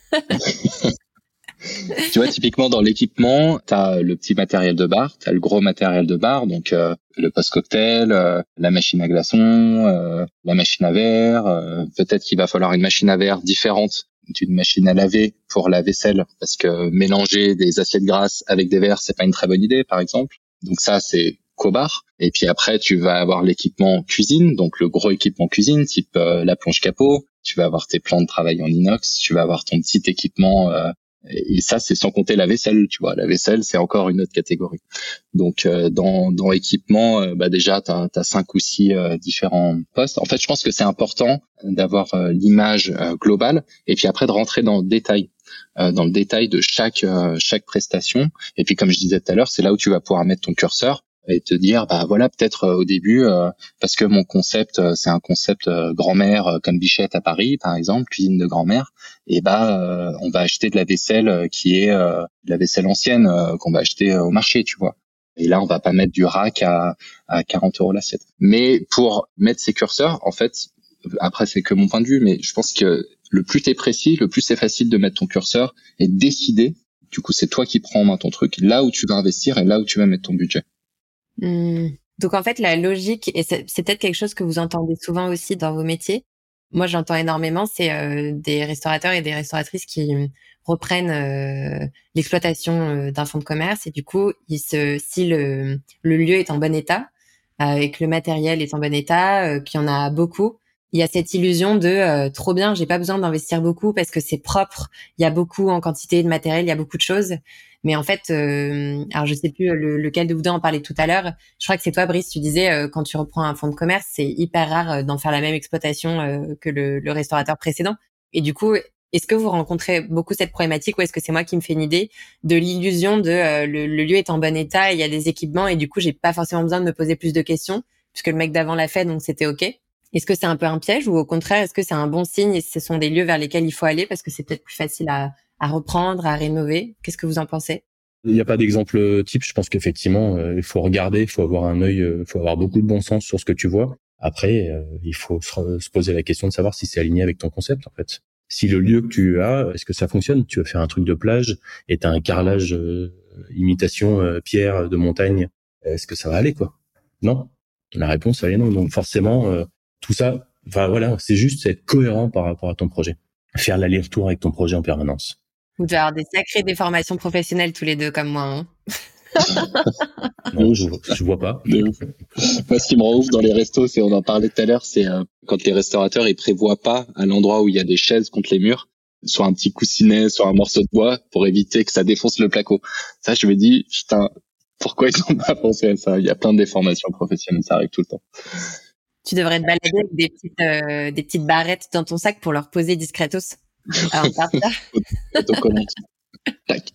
Tu vois, typiquement dans l'équipement, t'as le petit matériel de bar, t'as le gros matériel de bar, donc le post-cocktail, la machine à glaçons, la machine à verre. Peut-être qu'il va falloir une machine à verre différente d'une machine à laver pour la vaisselle, parce que mélanger des assiettes grasses avec des verres, c'est pas une très bonne idée, par exemple. Donc ça, c'est Cobar. Et puis après, tu vas avoir l'équipement cuisine, donc le gros équipement cuisine, type la plonge capot. Tu vas avoir tes plans de travail en inox. Tu vas avoir ton petit équipement. Et ça, c'est sans compter la vaisselle. Tu vois, la vaisselle, c'est encore une autre catégorie. Donc dans équipement, déjà, t'as 5 ou 6 différents postes. En fait, je pense que c'est important d'avoir l'image globale, et puis après de rentrer dans le détail de chaque prestation. Et puis comme je disais tout à l'heure, c'est là où tu vas pouvoir mettre ton curseur et te dire voilà, peut-être au début, parce que mon concept c'est un concept grand-mère comme Bichette à Paris par exemple, cuisine de grand-mère, et on va acheter de la vaisselle qui est de la vaisselle ancienne qu'on va acheter au marché, tu vois. Et là, on va pas mettre du rack à 40 € l'assiette. Mais pour mettre ces curseurs, en fait, après c'est que mon point de vue, mais je pense que le plus t'es précis, le plus c'est facile de mettre ton curseur et de décider. Du coup, c'est toi qui prends en main ton truc, là où tu vas investir et là où tu vas mettre ton budget. Donc en fait, la logique, et c'est peut-être quelque chose que vous entendez souvent aussi dans vos métiers. Moi, j'entends énormément, c'est des restaurateurs et des restauratrices qui reprennent l'exploitation d'un fonds de commerce, et du coup, si le lieu est en bon état et que le matériel est en bon état, qu'il y en a beaucoup, il y a cette illusion de trop bien, j'ai pas besoin d'investir beaucoup parce que c'est propre, il y a beaucoup en quantité de matériel, il y a beaucoup de choses. Mais en fait, alors je sais plus lequel de vous deux en parlait tout à l'heure. Je crois que c'est toi, Brice, tu disais quand tu reprends un fonds de commerce, c'est hyper rare d'en faire la même exploitation que le restaurateur précédent. Et du coup, est-ce que vous rencontrez beaucoup cette problématique, ou est-ce que c'est moi qui me fais une idée de l'illusion de le lieu est en bon état, et il y a des équipements, et du coup, j'ai pas forcément besoin de me poser plus de questions puisque le mec d'avant l'a fait, donc c'était OK. Est-ce que c'est un peu un piège, ou au contraire, est-ce que c'est un bon signe et ce sont des lieux vers lesquels il faut aller parce que c'est peut-être plus facile à reprendre, à rénover? Qu'est-ce que vous en pensez? Il n'y a pas d'exemple type. Je pense qu'effectivement, il faut regarder, il faut avoir un œil, il faut avoir beaucoup de bon sens sur ce que tu vois. Après, il faut se poser la question de savoir si c'est aligné avec ton concept, en fait. Si le lieu que tu as, est-ce que ça fonctionne? Tu veux faire un truc de plage et t'as un carrelage imitation pierre de montagne, est-ce que ça va aller, quoi? Non. La réponse elle est non. Donc forcément, tout ça, voilà, c'est juste être cohérent par rapport à ton projet. Faire l'aller-retour avec ton projet en permanence. Vous devez avoir des sacrées déformations professionnelles tous les deux comme moi. Hein. Non, je vois pas. Moi, ce qui me rend ouf dans les restos, on en parlait tout à l'heure, c'est quand les restaurateurs ils prévoient pas à l'endroit où il y a des chaises contre les murs, soit un petit coussinet, soit un morceau de bois pour éviter que ça défonce le placo. Ça, je me dis, putain, pourquoi ils n'ont pas pensé à ça? Il y a plein de déformations professionnelles, ça arrive tout le temps. Tu devrais te balader avec des petites barrettes dans ton sac pour leur poser discretos. Alors, Tac.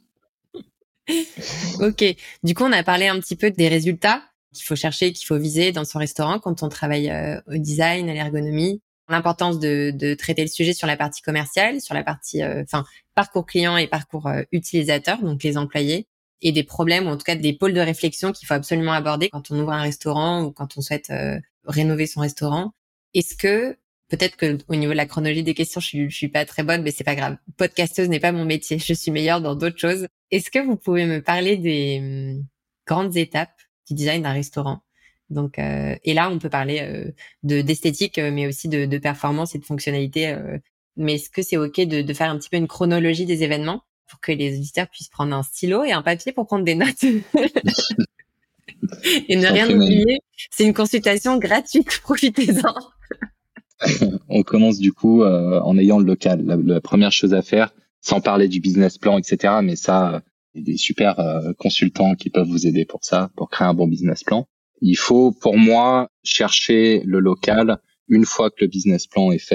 Ok. Du coup, on a parlé un petit peu des résultats qu'il faut chercher, qu'il faut viser dans son restaurant quand on travaille au design, à l'ergonomie. L'importance de traiter le sujet sur la partie commerciale, sur la partie, parcours client et parcours utilisateur, donc les employés, et des problèmes, ou en tout cas des pôles de réflexion qu'il faut absolument aborder quand on ouvre un restaurant ou quand on souhaite rénover son restaurant. Est-ce que, peut-être que au niveau de la chronologie des questions, je suis pas très bonne, mais c'est pas grave. Podcasteuse n'est pas mon métier. Je suis meilleure dans d'autres choses. Est-ce que vous pouvez me parler des grandes étapes du design d'un restaurant? Donc, et là, on peut parler d'esthétique, mais aussi de performance et de fonctionnalité. Mais est-ce que c'est OK de faire un petit peu une chronologie des événements pour que les auditeurs puissent prendre un stylo et un papier pour prendre des notes? Et ne rien oublier, c'est une consultation gratuite, profitez-en. On commence du coup en ayant le local. La première chose à faire, sans parler du business plan, etc. Mais ça, il y a des super consultants qui peuvent vous aider pour ça, pour créer un bon business plan. Il faut, pour moi, chercher le local une fois que le business plan est fait.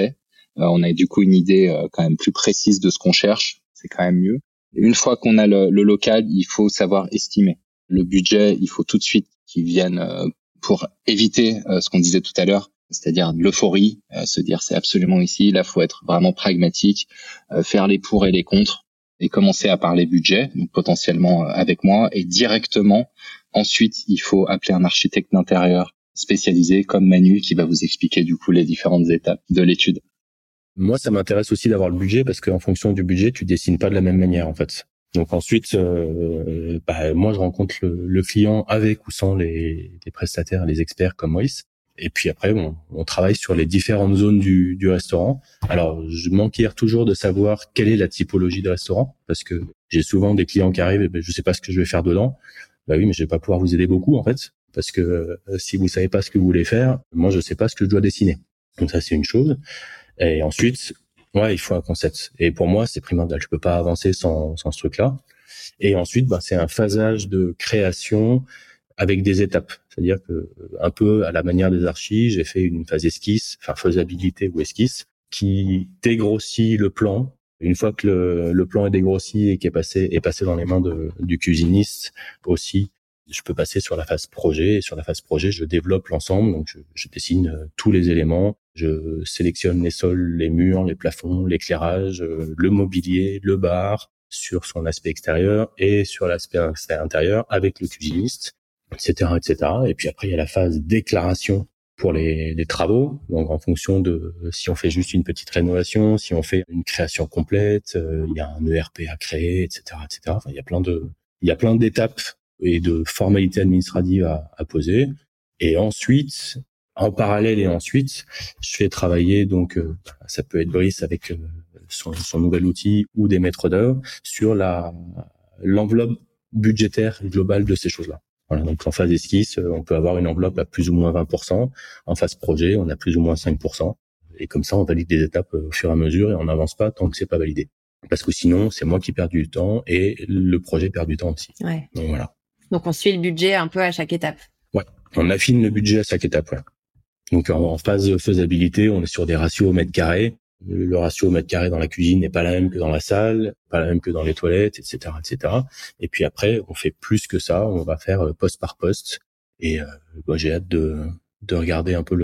On a du coup une idée quand même plus précise de ce qu'on cherche. C'est quand même mieux. Une fois qu'on a le local, il faut savoir estimer. Le budget, il faut tout de suite qu'il vienne pour éviter ce qu'on disait tout à l'heure, c'est-à-dire de l'euphorie, se dire c'est absolument ici, là faut être vraiment pragmatique, faire les pour et les contre et commencer à parler budget, donc potentiellement avec moi, et directement, ensuite il faut appeler un architecte d'intérieur spécialisé comme Manu qui va vous expliquer du coup les différentes étapes de l'étude. Moi, ça m'intéresse aussi d'avoir le budget parce qu'en fonction du budget, tu dessines pas de la même manière en fait. Donc ensuite, moi je rencontre le client avec ou sans les prestataires, les experts comme Maurice. Et puis après, on travaille sur les différentes zones du restaurant. Alors, je m'enquière toujours de savoir quelle est la typologie de restaurant parce que j'ai souvent des clients qui arrivent et je sais pas ce que je vais faire dedans. Bah oui, mais je vais pas pouvoir vous aider beaucoup en fait parce que si vous savez pas ce que vous voulez faire, moi je sais pas ce que je dois dessiner. Donc ça c'est une chose. Et ensuite, il faut un concept. Et pour moi, c'est primordial. Je peux pas avancer sans ce truc-là. Et ensuite, c'est un phasage de création avec des étapes. C'est-à-dire que, un peu à la manière des archis, j'ai fait une phase esquisse, enfin faisabilité ou esquisse, qui dégrossit le plan. Une fois que le plan est dégrossi et qui est passé dans les mains du cuisiniste aussi, je peux passer sur la phase projet. Et sur la phase projet, je développe l'ensemble. Donc, je dessine tous les éléments. Je sélectionne les sols, les murs, les plafonds, l'éclairage, le mobilier, le bar, sur son aspect extérieur et sur l'aspect intérieur avec le cuisiniste, etc., etc. Et puis après, il y a la phase déclaration pour les travaux. Donc, en fonction de si on fait juste une petite rénovation, si on fait une création complète, il y a un ERP à créer, etc., etc. Enfin, il y a plein d'étapes et de formalités administratives à poser. Et ensuite, en parallèle je fais travailler, donc ça peut être Brice avec son nouvel outil ou des maîtres d'œuvre sur l'enveloppe budgétaire globale de ces choses-là. Voilà, donc en phase esquisse, on peut avoir une enveloppe à plus ou moins 20%. En phase projet, on a plus ou moins 5%. Et comme ça, on valide des étapes au fur et à mesure et on n'avance pas tant que c'est pas validé. Parce que sinon, c'est moi qui perds du temps et le projet perd du temps aussi. Ouais. Donc voilà. Donc on suit le budget un peu à chaque étape. Ouais, on affine le budget à chaque étape. Ouais. Donc en phase faisabilité, on est sur des ratios au mètre carré. Le ratio au mètre carré dans la cuisine n'est pas la même que dans la salle, pas la même que dans les toilettes, etc., etc. Et puis après, on fait plus que ça. On va faire poste par poste. Et j'ai hâte de regarder un peu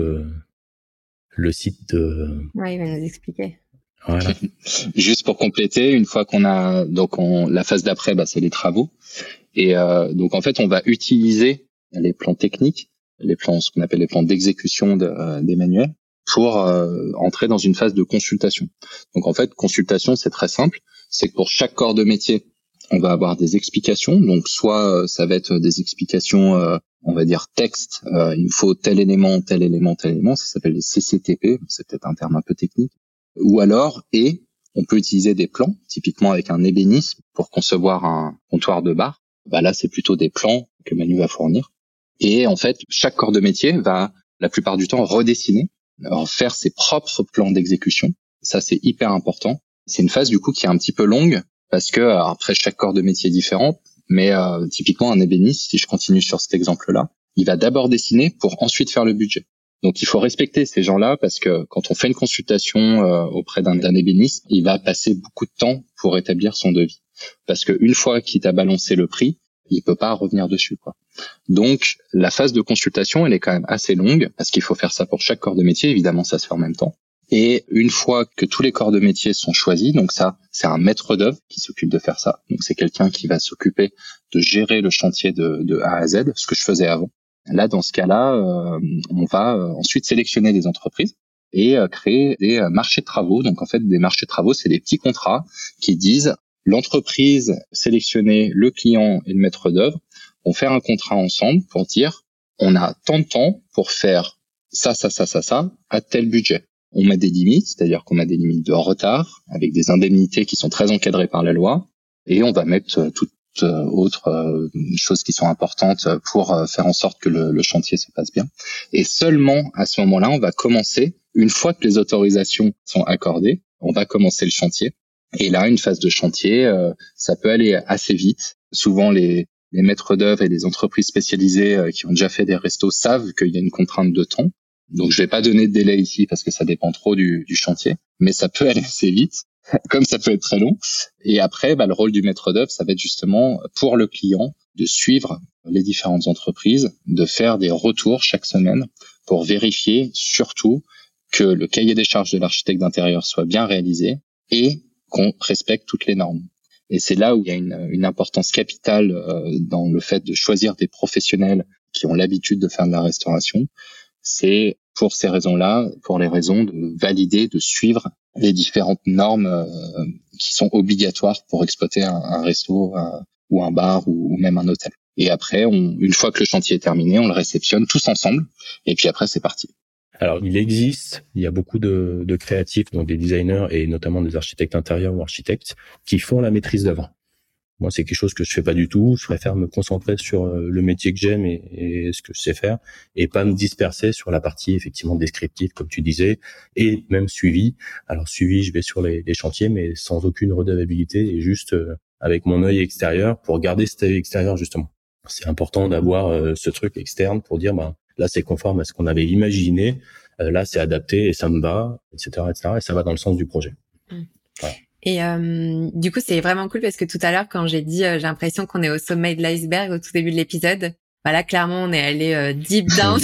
le site de. Ouais, il va nous expliquer. Voilà. Juste pour compléter, une fois qu'on a la phase d'après, c'est les travaux. Et donc en fait, on va utiliser les plans techniques, ce qu'on appelle les plans d'exécution des manuels, pour entrer dans une phase de consultation. Donc en fait, consultation, c'est très simple. C'est que pour chaque corps de métier, on va avoir des explications. Donc soit ça va être des explications, on va dire texte. Il me faut tel élément, tel élément, tel élément. Ça s'appelle les CCTP. C'est peut-être un terme un peu technique. Ou alors, on peut utiliser des plans, typiquement avec un ébénisme pour concevoir un comptoir de bar. Là, c'est plutôt des plans que Manu va fournir. Et en fait, chaque corps de métier va, la plupart du temps, redessiner, faire ses propres plans d'exécution. Ça, c'est hyper important. C'est une phase, du coup, qui est un petit peu longue parce que, après, chaque corps de métier est différent. Mais typiquement, un ébéniste, si je continue sur cet exemple-là, il va d'abord dessiner pour ensuite faire le budget. Donc, il faut respecter ces gens-là parce que quand on fait une consultation auprès d'un ébéniste, il va passer beaucoup de temps pour établir son devis. Parce que une fois qu'il t'a balancé le prix, il peut pas revenir dessus, quoi. Donc, la phase de consultation, elle est quand même assez longue parce qu'il faut faire ça pour chaque corps de métier. Évidemment, ça se fait en même temps. Et une fois que tous les corps de métier sont choisis, donc ça, c'est un maître d'œuvre qui s'occupe de faire ça. Donc, c'est quelqu'un qui va s'occuper de gérer le chantier de A à Z, ce que je faisais avant. Là, dans ce cas-là, on va ensuite sélectionner des entreprises et créer des marchés de travaux. Donc, en fait, des marchés de travaux, c'est des petits contrats qui disent l'entreprise sélectionnée, le client et le maître d'œuvre vont faire un contrat ensemble pour dire on a tant de temps pour faire ça, à tel budget. On met des limites, c'est-à-dire qu'on a des limites de retard avec des indemnités qui sont très encadrées par la loi et on va mettre toutes autres choses qui sont importantes pour faire en sorte que le chantier se passe bien. Et seulement à ce moment-là, on va commencer, une fois que les autorisations sont accordées, on va commencer le chantier. Et là, une phase de chantier, ça peut aller assez vite. Souvent, les maîtres d'œuvre et les entreprises spécialisées qui ont déjà fait des restos savent qu'il y a une contrainte de temps. Donc, je vais pas donner de délai ici parce que ça dépend trop du chantier. mais ça peut aller assez vite, comme ça peut être très long. Et après, le rôle du maître d'œuvre, ça va être justement pour le client de suivre les différentes entreprises, de faire des retours chaque semaine pour vérifier surtout que le cahier des charges de l'architecte d'intérieur soit bien réalisé et qu'on respecte toutes les normes. Et c'est là où il y a une importance capitale dans le fait de choisir des professionnels qui ont l'habitude de faire de la restauration. C'est pour ces raisons-là, pour les raisons de valider, de suivre les différentes normes qui sont obligatoires pour exploiter un resto ou un bar ou même un hôtel. Et après, une fois que le chantier est terminé, on le réceptionne tous ensemble et puis après, c'est parti. Alors, il y a beaucoup de créatifs, donc des designers et notamment des architectes intérieurs ou architectes qui font la maîtrise d'œuvre. Moi, c'est quelque chose que je fais pas du tout. Je préfère me concentrer sur le métier que j'aime et ce que je sais faire et pas me disperser sur la partie effectivement descriptive, comme tu disais, et même suivi. Alors, suivi, je vais sur les chantiers, mais sans aucune redevabilité et juste avec mon œil extérieur pour garder cet œil extérieur, justement. C'est important d'avoir ce truc externe pour dire, là, c'est conforme à ce qu'on avait imaginé. Là, c'est adapté et ça me va, etc., etc. Et ça va dans le sens du projet. Voilà. Et du coup, c'est vraiment cool parce que tout à l'heure, quand j'ai dit, j'ai l'impression qu'on est au sommet de l'iceberg au tout début de l'épisode. Là, clairement, on est allé deep down.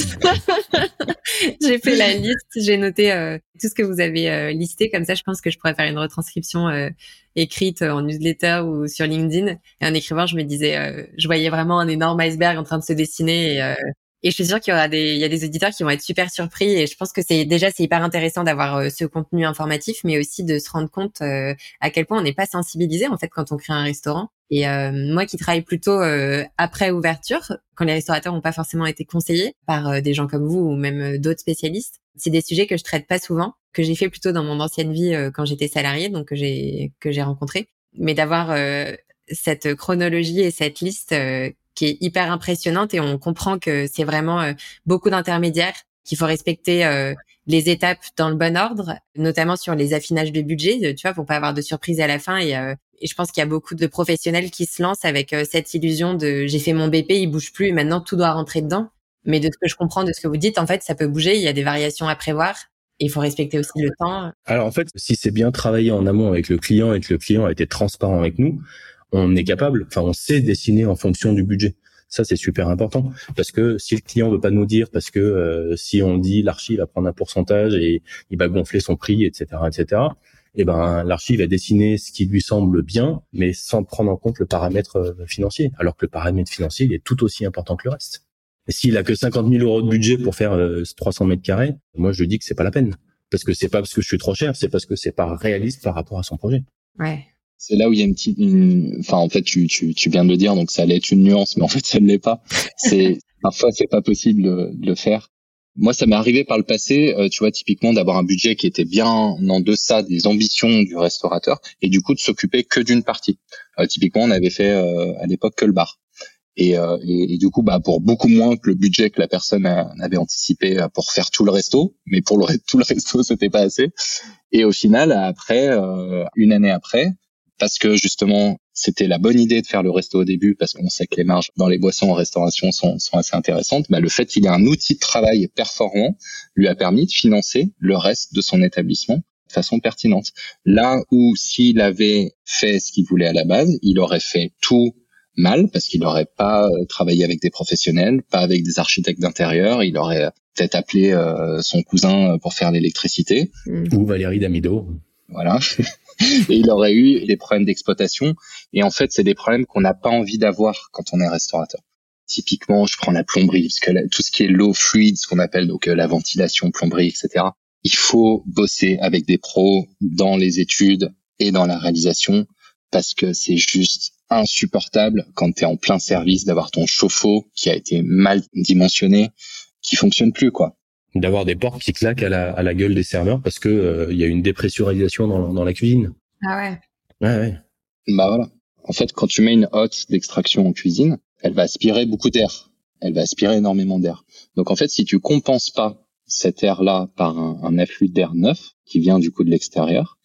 J'ai fait la liste, j'ai noté tout ce que vous avez listé. Comme ça, je pense que je pourrais faire une retranscription écrite en newsletter ou sur LinkedIn. Et en écrivant, je me disais, je voyais vraiment un énorme iceberg en train de se dessiner. Et je suis sûre qu'il y a des auditeurs qui vont être super surpris. Et je pense que c'est hyper intéressant d'avoir ce contenu informatif, mais aussi de se rendre compte à quel point on n'est pas sensibilisé en fait quand on crée un restaurant. Et moi qui travaille plutôt après ouverture, quand les restaurateurs n'ont pas forcément été conseillés par des gens comme vous ou même d'autres spécialistes, c'est des sujets que je traite pas souvent, que j'ai fait plutôt dans mon ancienne vie quand j'étais salariée, donc que j'ai rencontré. Mais d'avoir cette chronologie et cette liste qui est hyper impressionnante et on comprend que c'est vraiment beaucoup d'intermédiaires, qu'il faut respecter les étapes dans le bon ordre, notamment sur les affinages de budget, tu vois, pour pas avoir de surprise à la fin. Et je pense qu'il y a beaucoup de professionnels qui se lancent avec cette illusion de j'ai fait mon BP, il bouge plus et maintenant tout doit rentrer dedans. Mais de ce que je comprends de ce que vous dites, en fait, ça peut bouger, il y a des variations à prévoir. Et il faut respecter aussi le temps. Alors en fait, si c'est bien travaillé en amont avec le client et que le client a été transparent avec nous, on est capable, on sait dessiner en fonction du budget. Ça, c'est super important parce que si le client veut pas nous dire, parce que si on dit l'archi va prendre un pourcentage et il va gonfler son prix, etc., etc., l'archi va dessiner ce qui lui semble bien, mais sans prendre en compte le paramètre financier, alors que le paramètre financier il est tout aussi important que le reste. Et s'il a que 50 000 euros de budget pour faire 300 mètres carrés, moi je dis que c'est pas la peine, parce que c'est pas parce que je suis trop cher, c'est parce que c'est pas réaliste par rapport à son projet. Ouais. C'est là où il y a en fait, tu viens de le dire, donc ça allait être une nuance, mais en fait, ça ne l'est pas. Parfois, c'est pas possible de le faire. Moi, ça m'est arrivé par le passé, tu vois, typiquement, d'avoir un budget qui était bien en deçà des ambitions du restaurateur et du coup, de s'occuper que d'une partie. Typiquement, on avait fait à l'époque que le bar. Et du coup, pour beaucoup moins que le budget que la personne avait anticipé pour faire tout le resto, mais pour tout le resto, c'était pas assez. Et au final, après, une année après, parce que justement, c'était la bonne idée de faire le resto au début, parce qu'on sait que les marges dans les boissons en restauration sont assez intéressantes. Le fait qu'il ait un outil de travail performant lui a permis de financer le reste de son établissement de façon pertinente. Là où s'il avait fait ce qu'il voulait à la base, il aurait fait tout mal, parce qu'il n'aurait pas travaillé avec des professionnels, pas avec des architectes d'intérieur, il aurait peut-être appelé son cousin pour faire l'électricité. Ou Valérie Damido. Voilà. Et il aurait eu des problèmes d'exploitation. Et en fait, c'est des problèmes qu'on n'a pas envie d'avoir quand on est restaurateur. Typiquement, je prends la plomberie, parce que tout ce qui est l'eau fluide, ce qu'on appelle donc la ventilation, plomberie, etc. Il faut bosser avec des pros dans les études et dans la réalisation, parce que c'est juste insupportable quand tu es en plein service d'avoir ton chauffe-eau qui a été mal dimensionné, qui fonctionne plus, quoi. D'avoir des portes qui claquent à la gueule des serveurs parce que il y a une dépressurisation dans la cuisine. Ah ouais. Ouais. Voilà. En fait, quand tu mets une hotte d'extraction en cuisine, elle va aspirer beaucoup d'air. Elle va aspirer énormément d'air. Donc en fait, si tu compenses pas cet air-là par un afflux d'air neuf qui vient du coup de l'extérieur,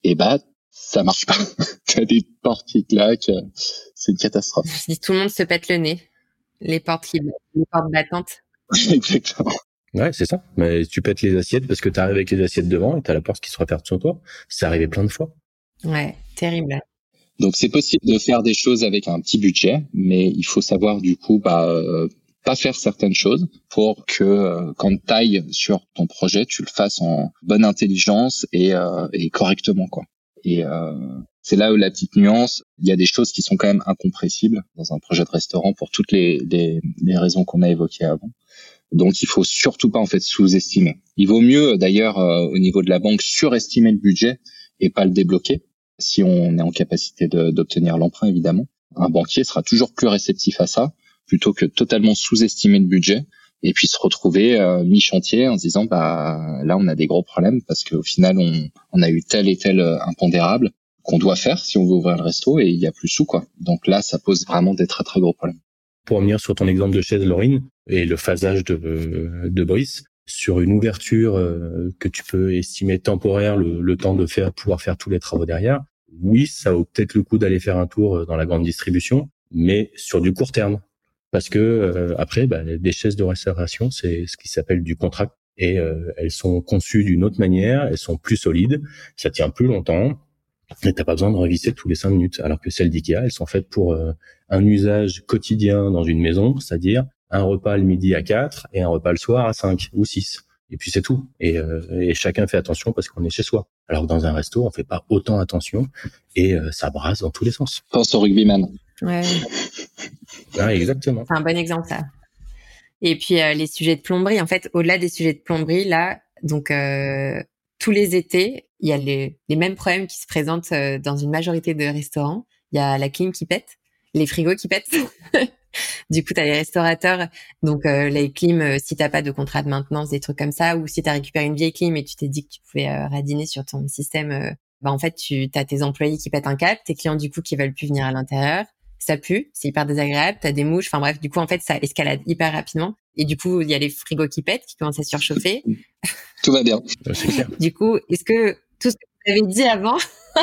ça marche pas. T'as des portes qui claquent, c'est une catastrophe. Si tout le monde se pète le nez, les portes battantes. Exactement. Ouais, c'est ça. Mais tu pètes les assiettes parce que t'arrives avec les assiettes devant et t'as la porte qui se referme sur toi. C'est arrivé plein de fois. Ouais, terrible. Donc c'est possible de faire des choses avec un petit budget, mais il faut savoir du coup pas faire certaines choses pour que quand tu ailles sur ton projet, tu le fasses en bonne intelligence et correctement quoi. Et c'est là où la petite nuance, il y a des choses qui sont quand même incompressibles dans un projet de restaurant pour toutes les raisons qu'on a évoquées avant. Donc il faut surtout pas en fait sous-estimer. Il vaut mieux d'ailleurs au niveau de la banque surestimer le budget et pas le débloquer si on est en capacité d'obtenir l'emprunt évidemment. Un banquier sera toujours plus réceptif à ça plutôt que totalement sous-estimer le budget et puis se retrouver mi-chantier en se disant là on a des gros problèmes parce qu'au final on a eu tel et tel impondérable qu'on doit faire si on veut ouvrir le resto et il y a plus sous quoi. Donc là ça pose vraiment des très très gros problèmes. Pour revenir sur ton exemple de chaise, Laurine, et le phasage de Brice, sur une ouverture que tu peux estimer temporaire, le temps de pouvoir faire tous les travaux derrière, oui, ça vaut peut-être le coup d'aller faire un tour dans la grande distribution, mais sur du court terme. Parce que après, des chaises de restauration, c'est ce qui s'appelle du contract, et elles sont conçues d'une autre manière, elles sont plus solides, ça tient plus longtemps. Et t'as pas besoin de revisser tous les 5 minutes. Alors que celles d'IKEA, elles sont faites pour un usage quotidien dans une maison, c'est-à-dire un repas le midi à 4 et un repas le soir à 5 ou 6. Et puis c'est tout. Et chacun fait attention parce qu'on est chez soi. Alors que dans un resto, on fait pas autant attention et ça brasse dans tous les sens. Pense au rugbyman. Ouais. Ah, exactement. C'est un bon exemple, ça. Et puis, les sujets de plomberie, en fait, au-delà des sujets de plomberie, là, donc, tous les étés, il y a les mêmes problèmes qui se présentent dans une majorité de restaurants. Il y a la clim qui pète, les frigos qui pètent. Du coup, tu as les restaurateurs, donc les clims, si t'as pas de contrat de maintenance, des trucs comme ça, ou si tu as récupéré une vieille clim et tu t'es dit que tu pouvais radiner sur ton système, en fait, tu as tes employés qui pètent un câble, tes clients du coup qui veulent plus venir à l'intérieur. Ça pue, c'est hyper désagréable, t'as des mouches, enfin bref, du coup en fait ça escalade hyper rapidement et du coup il y a les frigos qui pètent, qui commencent à surchauffer. Tout va bien. C'est clair. Du coup, est-ce que tout ce que vous avez dit avant,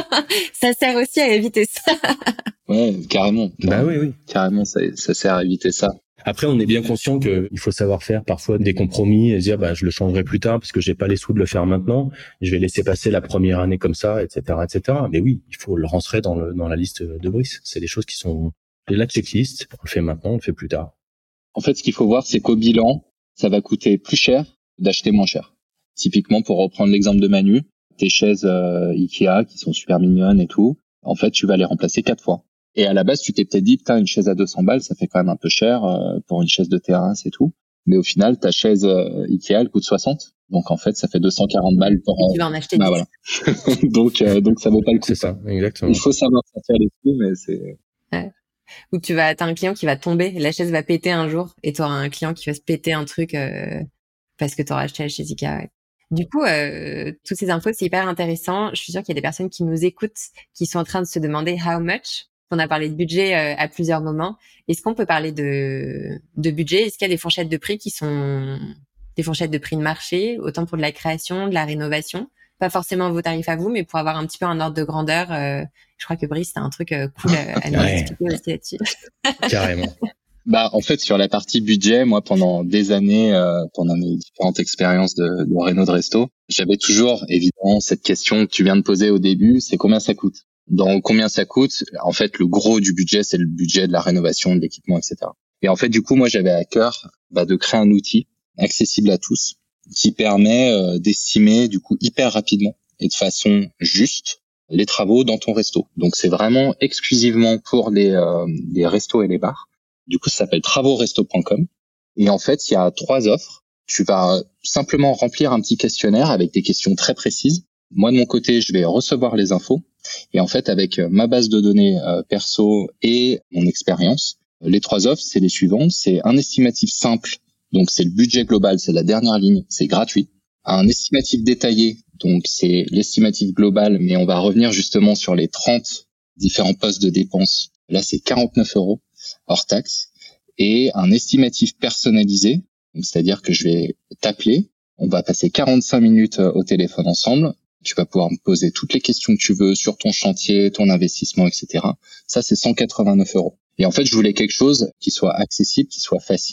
ça sert aussi à éviter ça? Ouais, carrément. Bah oui. Carrément, ça sert à éviter ça. Après, on est bien conscient qu'il faut savoir faire parfois des compromis et dire je le changerai plus tard parce que j'ai pas les sous de le faire maintenant. Je vais laisser passer la première année comme ça, etc., etc. Mais oui, il faut le rentrer dans la liste de Brice. C'est des choses qui sont la checklist. On le fait maintenant, on le fait plus tard. En fait, ce qu'il faut voir, c'est qu'au bilan, ça va coûter plus cher d'acheter moins cher. Typiquement, pour reprendre l'exemple de Manu, tes chaises Ikea qui sont super mignonnes et tout, en fait, tu vas les remplacer 4 fois. Et à la base, tu t'es peut-être dit, putain, une chaise à 200 balles, ça fait quand même un peu cher pour une chaise de terrasse et tout. Mais au final, ta chaise Ikea, elle coûte 60. Donc, en fait, ça fait 240 balles pour... Tu vas en acheter 10. Voilà. donc, ça vaut pas le coup. C'est ça, exactement. Il faut savoir sortir les coups, mais c'est... Ouais. Ou t'as un client qui va tomber, la chaise va péter un jour et t'auras un client qui va se péter un truc parce que t'auras acheté la chaise Ikea. Ouais. Du coup, toutes ces infos, c'est hyper intéressant. Je suis sûre qu'il y a des personnes qui nous écoutent, qui sont en train de se demander how much. On a parlé de budget à plusieurs moments. Est-ce qu'on peut parler de budget? Est-ce qu'il y a des fourchettes de prix qui sont des fourchettes de prix de marché, autant pour de la création, de la rénovation? Pas forcément vos tarifs à vous, mais pour avoir un petit peu un ordre de grandeur. Je crois que Brice, t'as un truc cool à nous expliquer aussi là-dessus. Carrément. En fait, sur la partie budget, moi, pendant des années, pendant mes différentes expériences de réno de resto, j'avais toujours, évidemment, cette question que tu viens de poser au début, c'est combien ça coûte? Dans combien ça coûte, en fait, le gros du budget, c'est le budget de la rénovation, de l'équipement, etc. Et en fait, du coup, moi, j'avais à cœur de créer un outil accessible à tous qui permet d'estimer, du coup, hyper rapidement et de façon juste les travaux dans ton resto. Donc, c'est vraiment exclusivement pour les restos et les bars. Du coup, ça s'appelle travauxresto.com. Et en fait, il y a 3 offres. Tu vas simplement remplir un petit questionnaire avec des questions très précises. Moi, de mon côté, je vais recevoir les infos. Et en fait, avec ma base de données perso et mon expérience, les 3 offres, c'est les suivantes. C'est un estimatif simple. Donc, c'est le budget global, c'est la dernière ligne, c'est gratuit. Un estimatif détaillé, donc c'est l'estimatif global, mais on va revenir justement sur les 30 différents postes de dépenses. Là, c'est 49 € hors taxe. Et un estimatif personnalisé, c'est-à-dire que je vais t'appeler, on va passer 45 minutes au téléphone ensemble. Tu vas pouvoir me poser toutes les questions que tu veux sur ton chantier, ton investissement, etc. Ça, c'est 189 €. Et en fait, je voulais quelque chose qui soit accessible, qui soit facile,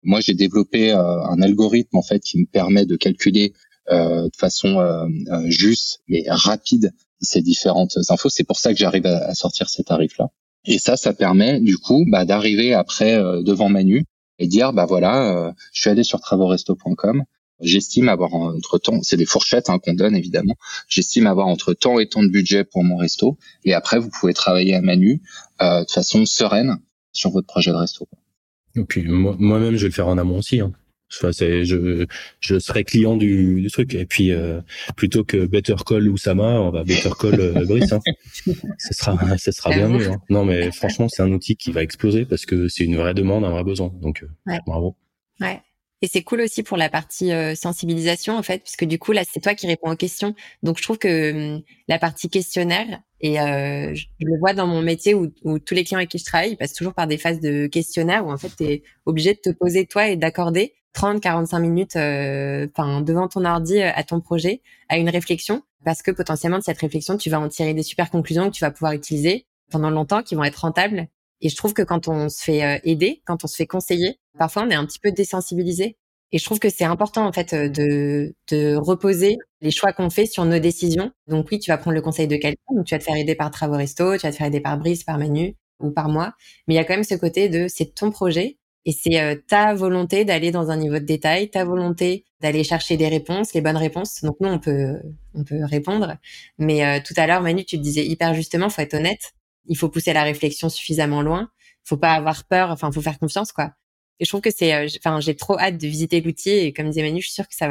Moi, j'ai développé un algorithme en fait qui me permet de calculer de façon juste mais rapide ces différentes infos. C'est pour ça que j'arrive à sortir ces tarifs-là. Et ça permet du coup d'arriver après devant Manu et dire voilà, je suis allé sur travauxresto.com. J'estime avoir entre temps, c'est des fourchettes qu'on donne évidemment. J'estime avoir entre temps et temps de budget pour mon resto. Et après, vous pouvez travailler à Manu de façon sereine sur votre projet de resto. Et puis moi-même, je vais le faire en amont aussi. Enfin, je serai client du truc. Et puis plutôt que Better Call Oussama, on va Better Call Brice. Ce sera bien mieux. Non, mais franchement, c'est un outil qui va exploser parce que c'est une vraie demande, un vrai besoin. Donc bravo. Ouais. Et c'est cool aussi pour la partie sensibilisation en fait, puisque du coup là c'est toi qui réponds aux questions. Donc je trouve que la partie questionnaire et je le vois dans mon métier où tous les clients avec qui je travaille ils passent toujours par des phases de questionnaire où en fait t'es obligé de te poser toi et d'accorder 30-45 minutes devant ton ordi à ton projet, à une réflexion, parce que potentiellement de cette réflexion tu vas en tirer des super conclusions que tu vas pouvoir utiliser pendant longtemps, qui vont être rentables. Et je trouve que quand on se fait aider, quand on se fait conseiller, parfois on est un petit peu désensibilisé. Et je trouve que c'est important en fait de reposer les choix qu'on fait sur nos décisions. Donc oui, tu vas prendre le conseil de quelqu'un, donc tu vas te faire aider par Travaux Resto, tu vas te faire aider par Brice, par Manu ou par moi. Mais il y a quand même ce côté de c'est ton projet et c'est ta volonté d'aller dans un niveau de détail, ta volonté d'aller chercher des réponses, les bonnes réponses. Donc nous on peut répondre. Mais tout à l'heure Manu, tu te disais hyper justement, faut être honnête. Il faut pousser la réflexion suffisamment loin. Faut pas avoir peur. Enfin, faut faire confiance, quoi. Et je trouve que j'ai trop hâte de visiter l'outil. Et comme disait Manu, je suis sûre que ça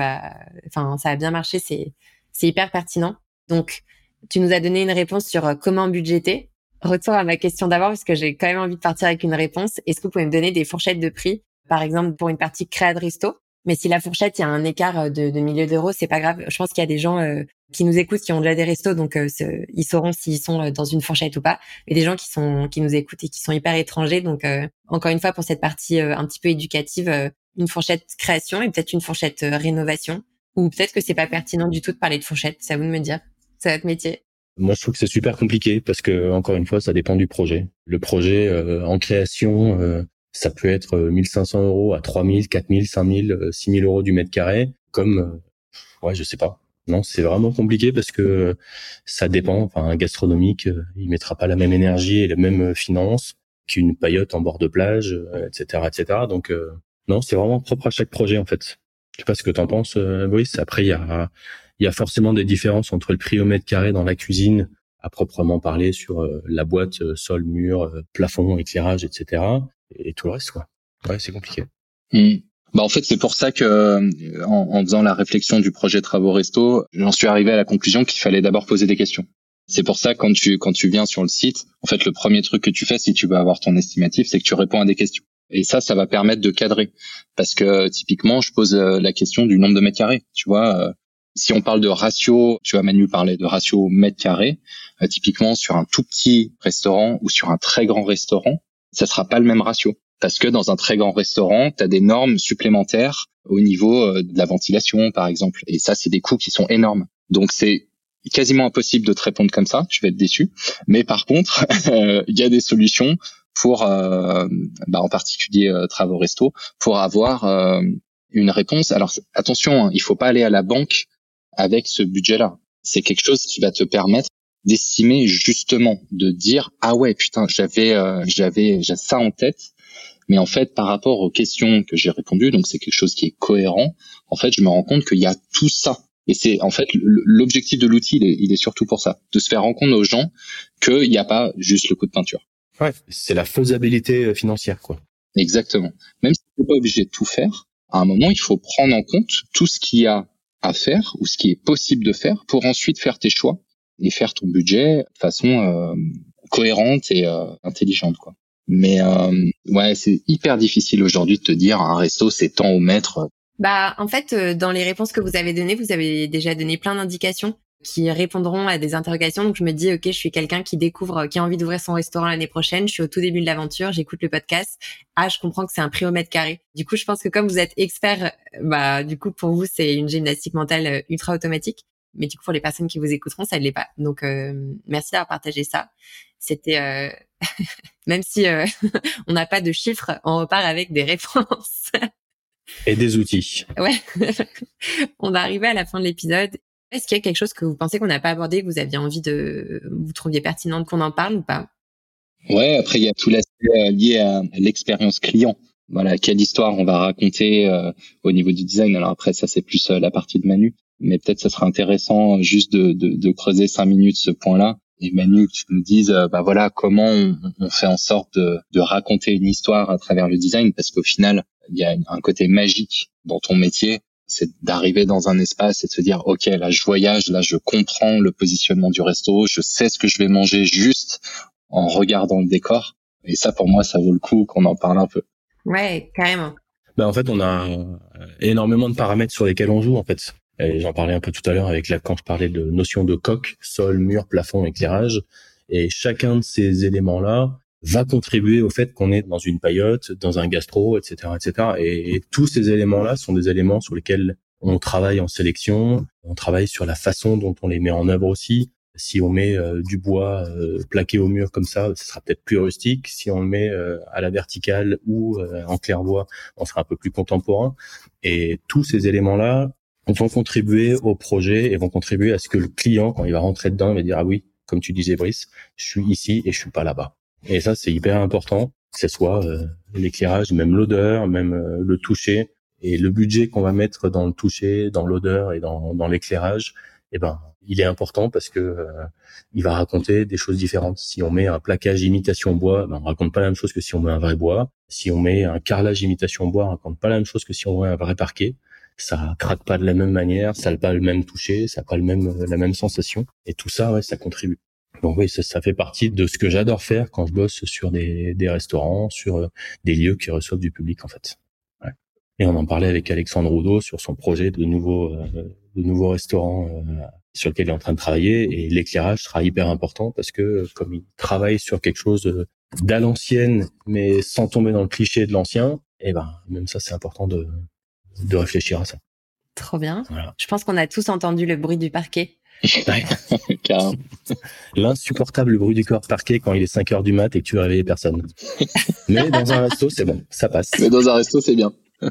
va bien marcher. C'est hyper pertinent. Donc, tu nous as donné une réponse sur comment budgéter. Retour à ma question d'avant, parce que j'ai quand même envie de partir avec une réponse. Est-ce que vous pouvez me donner des fourchettes de prix, par exemple, pour une partie créa de resto? Mais si la fourchette, il y a un écart de milliers d'euros, c'est pas grave. Je pense qu'il y a des gens qui nous écoutent, qui ont déjà des restos, donc ils sauront s'ils sont dans une fourchette ou pas. Et des gens qui nous écoutent et qui sont hyper étrangers. Donc encore une fois, pour cette partie un petit peu éducative, une fourchette création et peut-être une fourchette rénovation. Ou peut-être que c'est pas pertinent du tout de parler de fourchette. C'est à vous de me dire. C'est votre métier. Moi, je trouve que c'est super compliqué parce que, encore une fois, ça dépend du projet. Le projet en création, ça peut être 1500 euros à 3000, 4000, 5000, 6000 euros du mètre carré. Comme, je sais pas. Non, c'est vraiment compliqué parce que ça dépend. Enfin, un gastronomique, il mettra pas la même énergie et les mêmes finances qu'une paillote en bord de plage, etc., etc. Donc, non, c'est vraiment propre à chaque projet, en fait. Je sais pas ce que t'en penses, Brice. Après, il y a forcément des différences entre le prix au mètre carré dans la cuisine, à proprement parler, sur la boîte, sol, mur, plafond, éclairage, etc. et tout le reste, quoi. Ouais, c'est compliqué. En fait, c'est pour ça que en faisant la réflexion du projet Travaux Resto, j'en suis arrivé à la conclusion qu'il fallait d'abord poser des questions. C'est pour ça quand tu viens sur le site, en fait, le premier truc que tu fais si tu veux avoir ton estimatif, c'est que tu réponds à des questions. Et ça va permettre de cadrer. Parce que typiquement, je pose la question du nombre de mètres carrés. Tu vois, si on parle de ratio, tu vois, Manu parlait de ratio mètre carré. Typiquement, sur un tout petit restaurant ou sur un très grand restaurant, ça sera pas le même ratio. Parce que dans un très grand restaurant, tu as des normes supplémentaires au niveau de la ventilation, par exemple. Et ça, c'est des coûts qui sont énormes. Donc, c'est quasiment impossible de te répondre comme ça. Tu vas être déçu. Mais par contre, il y a des solutions pour, en particulier Travaux Resto, pour avoir une réponse. Alors, attention, il faut pas aller à la banque avec ce budget-là. C'est quelque chose qui va te permettre d'estimer justement, de dire « Ah ouais, putain, j'avais ça en tête ». Mais en fait, par rapport aux questions que j'ai répondues, donc c'est quelque chose qui est cohérent, en fait, je me rends compte qu'il y a tout ça. Et c'est en fait l'objectif de l'outil, il est surtout pour ça, de se faire rendre compte aux gens qu'il n'y a pas juste le coup de peinture. Ouais, c'est la faisabilité financière, quoi. Exactement. Même si tu n'es pas obligé de tout faire, à un moment, il faut prendre en compte tout ce qu'il y a à faire ou ce qui est possible de faire pour ensuite faire tes choix et faire ton budget de façon cohérente et intelligente, quoi. Mais c'est hyper difficile aujourd'hui de te dire un resto c'est tant au mètre. En fait, dans les réponses que vous avez données, vous avez déjà donné plein d'indications qui répondront à des interrogations. Donc je me dis, ok, je suis quelqu'un qui découvre, qui a envie d'ouvrir son restaurant l'année prochaine. Je suis au tout début de l'aventure, j'écoute le podcast. Ah, je comprends que c'est un prix au mètre carré. Du coup, je pense que comme vous êtes expert, du coup pour vous c'est une gymnastique mentale ultra automatique. Mais du coup pour les personnes qui vous écouteront, ça ne l'est pas. Donc merci d'avoir partagé ça. C'était même si on n'a pas de chiffres, on repart avec des réponses. Et des outils. Ouais. On va arriver à la fin de l'épisode. Est-ce qu'il y a quelque chose que vous pensez qu'on n'a pas abordé, que vous aviez envie vous trouviez pertinent qu'on en parle ou pas? Ouais, après il y a tout l'aspect lié à l'expérience client. Voilà, quelle histoire on va raconter au niveau du design. Alors après ça c'est plus la partie de Manu, mais peut-être ça serait intéressant juste de creuser 5 minutes ce point-là. Et Manu, que tu nous dises bah voilà comment on fait en sorte de raconter une histoire à travers le design, parce qu'au final il y a un côté magique dans ton métier, c'est d'arriver dans un espace et de se dire ok là je voyage, là je comprends le positionnement du resto, je sais ce que je vais manger juste en regardant le décor. Et ça, pour moi, ça vaut le coup qu'on en parle un peu. Ouais, carrément. En fait, on a énormément de paramètres sur lesquels on joue, en fait. Et j'en parlais un peu tout à l'heure quand je parlais de notion de coque, sol, mur, plafond, éclairage. Et chacun de ces éléments-là va contribuer au fait qu'on est dans une paillote, dans un gastro, etc., etc. Et tous ces éléments-là sont des éléments sur lesquels on travaille en sélection, on travaille sur la façon dont on les met en œuvre aussi. Si on met du bois plaqué au mur comme ça, ce sera peut-être plus rustique. Si on le met à la verticale ou en claire-voie, on sera un peu plus contemporain. Et tous ces éléments-là vont contribuer au projet et vont contribuer à ce que le client, quand il va rentrer dedans, il va dire « Ah oui, comme tu disais Brice, je suis ici et je suis pas là-bas ». Et ça, c'est hyper important, que ce soit l'éclairage, même l'odeur, même le toucher. Et le budget qu'on va mettre dans le toucher, dans l'odeur et dans l'éclairage, il est important parce que il va raconter des choses différentes. Si on met un plaquage imitation bois, on raconte pas la même chose que si on met un vrai bois. Si on met un carrelage imitation bois, on raconte pas la même chose que si on met un vrai parquet. Ça craque pas de la même manière, ça n'a pas le même toucher, ça n'a pas la même sensation. Et tout ça, ouais, ça contribue. Donc oui, ça fait partie de ce que j'adore faire quand je bosse sur des restaurants, sur des lieux qui reçoivent du public, en fait. Ouais. Et on en parlait avec Alexandre Roudot sur son projet de nouveau restaurant sur lequel il est en train de travailler, et l'éclairage sera hyper important parce que comme il travaille sur quelque chose d'à l'ancienne mais sans tomber dans le cliché de l'ancien, même ça c'est important de réfléchir à ça. Trop bien. Voilà. Je pense qu'on a tous entendu le bruit du parquet. Ouais. Carrément. L'insupportable bruit du corps parquet quand il est 5h du mat et que tu réveilles personne. Mais dans un resto, c'est bon, ça passe. Mais dans un resto, c'est bien.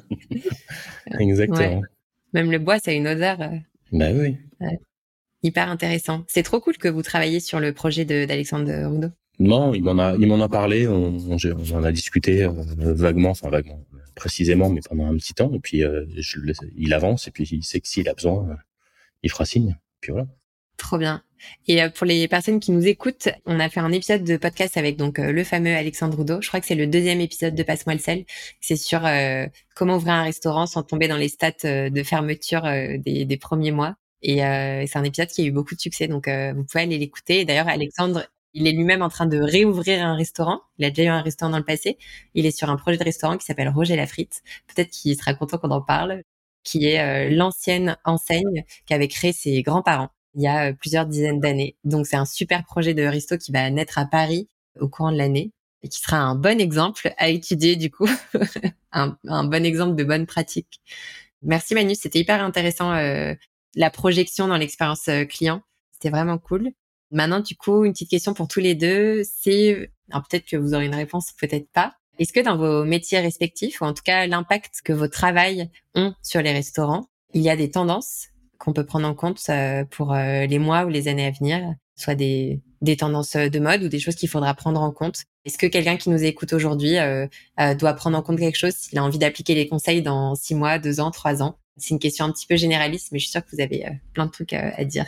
Exactement. Ouais. Même le bois, ça a une odeur. Oui. Ouais. Hyper intéressant. C'est trop cool que vous travailliez sur le projet d'Alexandre Roudot. Non, il m'en a parlé. On en a discuté vaguement, précisément, mais pendant un petit temps. Et puis il avance et puis il sait que s'il a besoin, il fera signe. Puis voilà. Trop bien. Et pour les personnes qui nous écoutent, on a fait un épisode de podcast avec donc le fameux Alexandre Roudot. Je crois que c'est le 2e épisode de Passe-moi le sel. C'est sur comment ouvrir un restaurant sans tomber dans les stats de fermeture des premiers mois. Et c'est un épisode qui a eu beaucoup de succès, donc vous pouvez aller l'écouter. Et d'ailleurs, Alexandre, il est lui-même en train de réouvrir un restaurant. Il a déjà eu un restaurant dans le passé. Il est sur un projet de restaurant qui s'appelle Roger Lafrite. Peut-être qu'il sera content qu'on en parle, qui est l'ancienne enseigne qu'avaient créé ses grands-parents il y a plusieurs dizaines d'années. Donc, c'est un super projet de resto qui va naître à Paris au courant de l'année et qui sera un bon exemple à étudier, du coup. un bon exemple de bonne pratique. Merci Manu, c'était hyper intéressant, la projection dans l'expérience client. C'était vraiment cool. Maintenant, du coup, une petite question pour tous les deux, c'est, alors peut-être que vous aurez une réponse, peut-être pas. Est-ce que dans vos métiers respectifs, ou en tout cas l'impact que vos travails ont sur les restaurants, il y a des tendances qu'on peut prendre en compte pour les mois ou les années à venir, soit des tendances de mode ou des choses qu'il faudra prendre en compte? Est-ce que quelqu'un qui nous écoute aujourd'hui doit prendre en compte quelque chose s'il a envie d'appliquer les conseils dans 6 mois, 2 ans, 3 ans? C'est une question un petit peu généraliste, mais je suis sûre que vous avez plein de trucs à dire.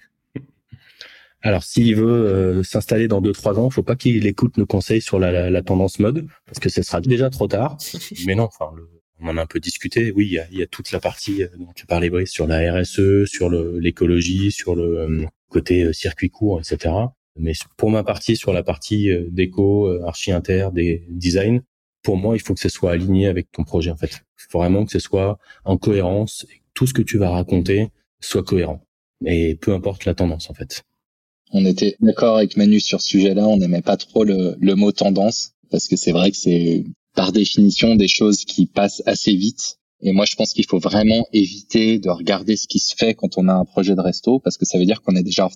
Alors, s'il veut s'installer dans 2-3 ans, faut pas qu'il écoute nos conseils sur la tendance mode, parce que ce sera déjà trop tard. Mais non, on en a un peu discuté. Oui, il y a toute la partie dont tu parlais, Brice, sur la RSE, sur l'écologie, sur le côté circuit court, etc. Mais pour ma partie, sur la partie déco, archi-inter, des design, pour moi, il faut que ce soit aligné avec ton projet, en fait. Il faut vraiment que ce soit en cohérence, et que tout ce que tu vas raconter soit cohérent. Et peu importe la tendance, en fait. On était d'accord avec Manu sur ce sujet-là. On n'aimait pas trop le mot tendance parce que c'est vrai que c'est par définition des choses qui passent assez vite. Et moi, je pense qu'il faut vraiment éviter de regarder ce qui se fait quand on a un projet de resto parce que ça veut dire qu'on est déjà en retard.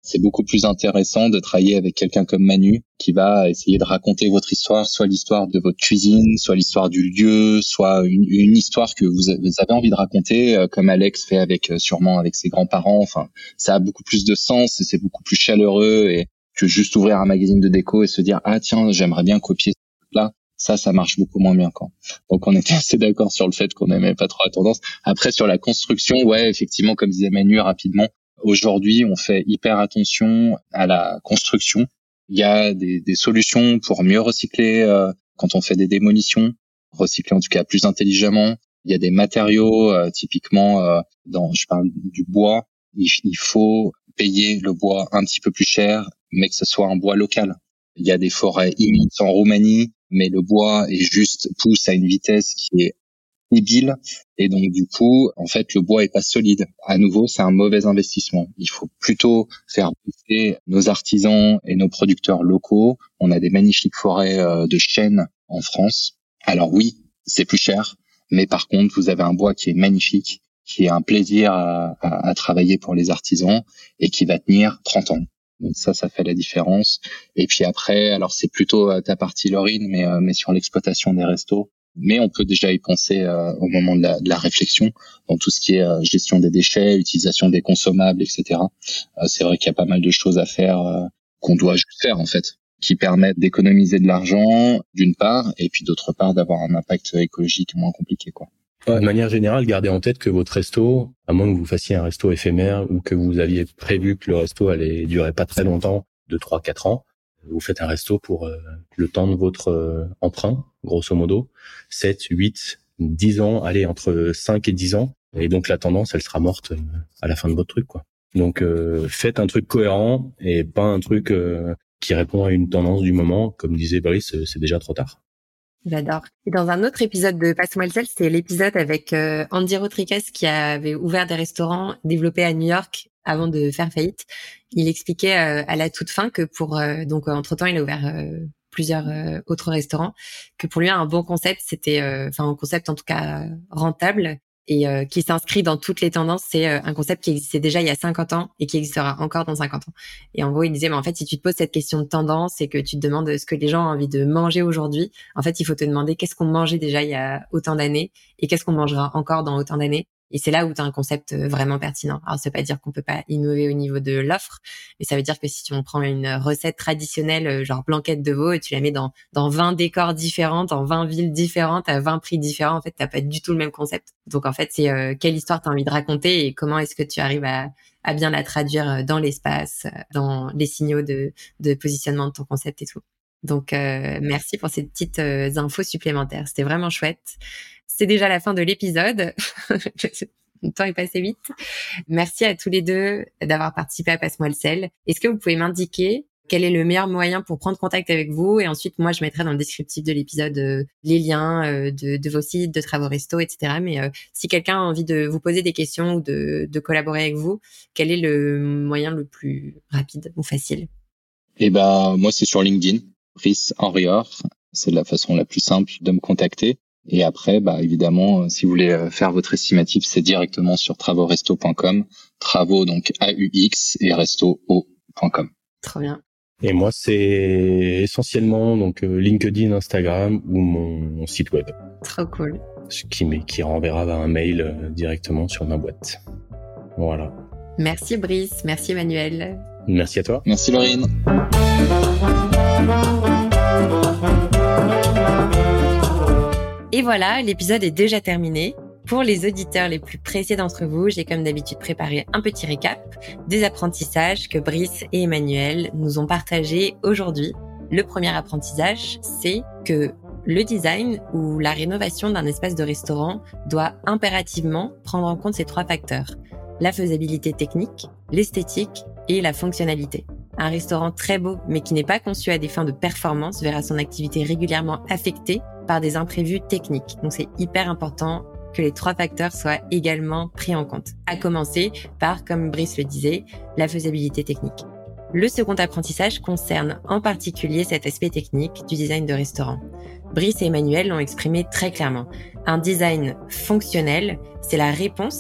C'est beaucoup plus intéressant de travailler avec quelqu'un comme Manu qui va essayer de raconter votre histoire, soit l'histoire de votre cuisine, soit l'histoire du lieu, soit une histoire que vous avez envie de raconter, comme Alex fait sûrement avec ses grands-parents. Enfin, ça a beaucoup plus de sens et c'est beaucoup plus chaleureux et que juste ouvrir un magazine de déco et se dire ah tiens j'aimerais bien copier ce truc-là. Ça marche beaucoup moins bien quand. Donc on était assez d'accord sur le fait qu'on n'aimait pas trop la tendance. Après sur la construction, ouais effectivement comme disait Manu rapidement. Aujourd'hui, on fait hyper attention à la construction. Il y a des solutions pour mieux recycler quand on fait des démolitions, recycler en tout cas plus intelligemment. Il y a des matériaux, typiquement, je parle du bois. Il faut payer le bois un petit peu plus cher, mais que ce soit un bois local. Il y a des forêts immenses en Roumanie, mais le bois pousse à une vitesse qui est débile et donc du coup en fait le bois est pas solide. À nouveau c'est un mauvais investissement. Il faut plutôt faire pousser nos artisans et nos producteurs locaux. On a des magnifiques forêts de chênes en France. Alors oui c'est plus cher, mais par contre vous avez un bois qui est magnifique, qui est un plaisir à travailler pour les artisans et qui va tenir 30 ans. Donc ça fait la différence. Et puis après alors c'est plutôt ta partie Laurine, mais sur l'exploitation des restos. Mais on peut déjà y penser au moment de la réflexion, dans tout ce qui est gestion des déchets, utilisation des consommables, etc. C'est vrai qu'il y a pas mal de choses à faire qu'on doit juste faire en fait, qui permettent d'économiser de l'argent d'une part, et puis d'autre part d'avoir un impact écologique moins compliqué, quoi. De manière générale, gardez en tête que votre resto, à moins que vous fassiez un resto éphémère ou que vous aviez prévu que le resto allait durer pas très longtemps, de 3-4 ans, vous faites un resto pour le temps de votre emprunt, grosso modo, 7, 8, 10 ans, allez, entre 5 et 10 ans. Et donc, la tendance, elle sera morte à la fin de votre truc, quoi. Donc, faites un truc cohérent et pas un truc qui répond à une tendance du moment. Comme disait Brice, c'est déjà trop tard. J'adore. Et dans un autre épisode de Passe-moi le sel, c'est l'épisode avec Andy Rodriguez qui avait ouvert des restaurants développés à New York avant de faire faillite. Il expliquait à la toute fin que donc entre-temps, il a ouvert plusieurs autres restaurants, que pour lui un bon concept, c'était un concept en tout cas rentable et qui s'inscrit dans toutes les tendances, c'est un concept qui existait déjà il y a 50 ans et qui existera encore dans 50 ans. Et en gros, il disait, mais en fait, si tu te poses cette question de tendance et que tu te demandes ce que les gens ont envie de manger aujourd'hui, en fait, il faut te demander qu'est-ce qu'on mangeait déjà il y a autant d'années et qu'est-ce qu'on mangera encore dans autant d'années. Et c'est là où tu as un concept vraiment pertinent. Alors, ça veut pas dire qu'on peut pas innover au niveau de l'offre, mais ça veut dire que si on prend une recette traditionnelle, genre blanquette de veau, et tu la mets dans 20 décors différents, dans 20 villes différentes, à 20 prix différents, en fait, t'as pas du tout le même concept. Donc, en fait, c'est quelle histoire t'as envie de raconter et comment est-ce que tu arrives à bien la traduire dans l'espace, dans les signaux de positionnement de ton concept et tout. Donc, merci pour ces petites infos supplémentaires. C'était vraiment chouette. C'est déjà la fin de l'épisode. Le temps est passé vite. Merci à tous les deux d'avoir participé à Passe-moi le sel. Est-ce que vous pouvez m'indiquer quel est le meilleur moyen pour prendre contact avec vous? Et ensuite, moi, je mettrai dans le descriptif de l'épisode les liens de vos sites, de Travaux Resto, etc. Mais si quelqu'un a envie de vous poser des questions ou de collaborer avec vous, quel est le moyen le plus rapide ou facile? Moi, c'est sur LinkedIn. Brice Henrior. C'est la façon la plus simple de me contacter. Et après, évidemment, si vous voulez faire votre estimatif, c'est directement sur travauxresto.com. Travaux, donc AUX et resto.com. Trop bien. Et moi, c'est essentiellement donc LinkedIn, Instagram ou mon site web. Trop cool. Qui renverra un mail directement sur ma boîte. Voilà. Merci Brice, merci Emmanuel. Merci à toi. Merci Laurine. Et voilà, l'épisode est déjà terminé. Pour les auditeurs les plus pressés d'entre vous, j'ai comme d'habitude préparé un petit récap des apprentissages que Brice et Emmanuel nous ont partagés aujourd'hui. Le premier apprentissage, c'est que le design ou la rénovation d'un espace de restaurant doit impérativement prendre en compte ces 3 facteurs. La faisabilité technique, l'esthétique et la fonctionnalité. Un restaurant très beau, mais qui n'est pas conçu à des fins de performance, verra son activité régulièrement affectée par des imprévus techniques. Donc c'est hyper important que les 3 facteurs soient également pris en compte. À commencer par, comme Brice le disait, la faisabilité technique. Le second apprentissage concerne en particulier cet aspect technique du design de restaurant. Brice et Emmanuel l'ont exprimé très clairement. Un design fonctionnel, c'est la réponse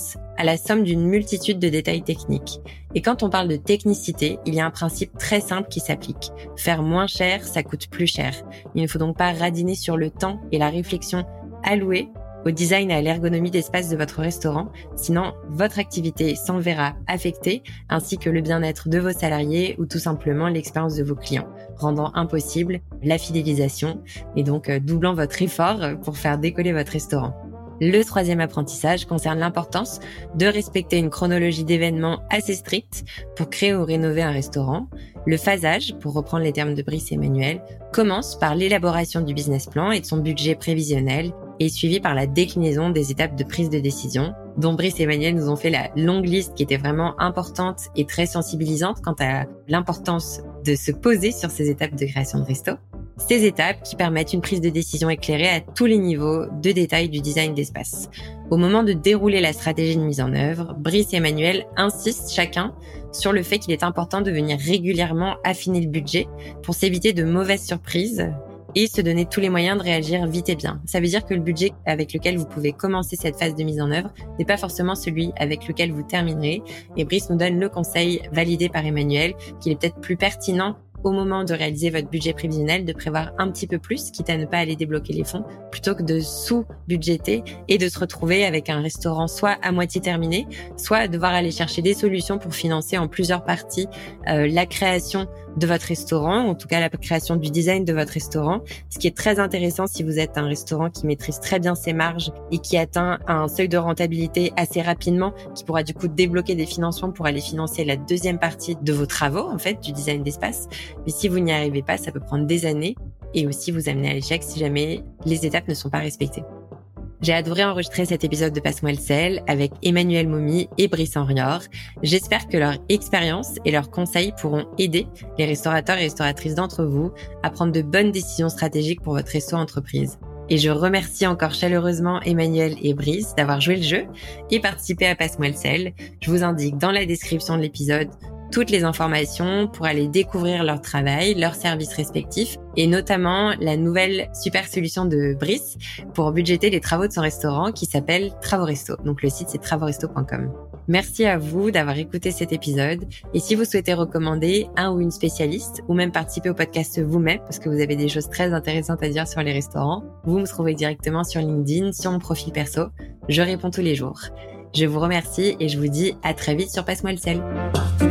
à la somme d'une multitude de détails techniques. Et quand on parle de technicité, il y a un principe très simple qui s'applique. Faire moins cher, ça coûte plus cher. Il ne faut donc pas radiner sur le temps et la réflexion allouée au design et à l'ergonomie d'espace de votre restaurant, sinon votre activité s'en verra affectée, ainsi que le bien-être de vos salariés ou tout simplement l'expérience de vos clients, rendant impossible la fidélisation et donc doublant votre effort pour faire décoller votre restaurant. Le troisième apprentissage concerne l'importance de respecter une chronologie d'événements assez stricte pour créer ou rénover un restaurant. Le phasage, pour reprendre les termes de Brice et Emmanuel, commence par l'élaboration du business plan et de son budget prévisionnel et suivi par la déclinaison des étapes de prise de décision, dont Brice et Emmanuel nous ont fait la longue liste qui était vraiment importante et très sensibilisante quant à l'importance de se poser sur ces étapes de création de resto. Ces étapes qui permettent une prise de décision éclairée à tous les niveaux de détail du design d'espace. Au moment de dérouler la stratégie de mise en œuvre, Brice et Emmanuel insistent chacun sur le fait qu'il est important de venir régulièrement affiner le budget pour s'éviter de mauvaises surprises et se donner tous les moyens de réagir vite et bien. Ça veut dire que le budget avec lequel vous pouvez commencer cette phase de mise en œuvre n'est pas forcément celui avec lequel vous terminerez. Et Brice nous donne le conseil validé par Emmanuel qu'il est peut-être plus pertinent au moment de réaliser votre budget prévisionnel, de prévoir un petit peu plus, quitte à ne pas aller débloquer les fonds, plutôt que de sous-budgéter et de se retrouver avec un restaurant soit à moitié terminé, soit devoir aller chercher des solutions pour financer en plusieurs parties la création de votre restaurant, en tout cas la création du design de votre restaurant, ce qui est très intéressant si vous êtes un restaurant qui maîtrise très bien ses marges et qui atteint un seuil de rentabilité assez rapidement, qui pourra du coup débloquer des financements pour aller financer la deuxième partie de vos travaux, en fait, du design d'espace. Mais si vous n'y arrivez pas, ça peut prendre des années et aussi vous amener à l'échec si jamais les étapes ne sont pas respectées. J'ai adoré enregistrer cet épisode de Passe-moi le sel avec Emmanuel Momy et Brice Henrior. J'espère que leur expérience et leurs conseils pourront aider les restaurateurs et restauratrices d'entre vous à prendre de bonnes décisions stratégiques pour votre resto entreprise. Et je remercie encore chaleureusement Emmanuel et Brice d'avoir joué le jeu et participé à Passe-moi le sel. Je vous indique dans la description de l'épisode toutes les informations pour aller découvrir leur travail, leurs services respectifs et notamment la nouvelle super solution de Brice pour budgéter les travaux de son restaurant qui s'appelle Travaux-Resto. Donc le site c'est travauxresto.com. Merci à vous d'avoir écouté cet épisode et si vous souhaitez recommander un ou une spécialiste ou même participer au podcast vous-même parce que vous avez des choses très intéressantes à dire sur les restaurants, vous me trouvez directement sur LinkedIn, sur mon profil perso. Je réponds tous les jours. Je vous remercie et je vous dis à très vite sur Passe-moi le sel.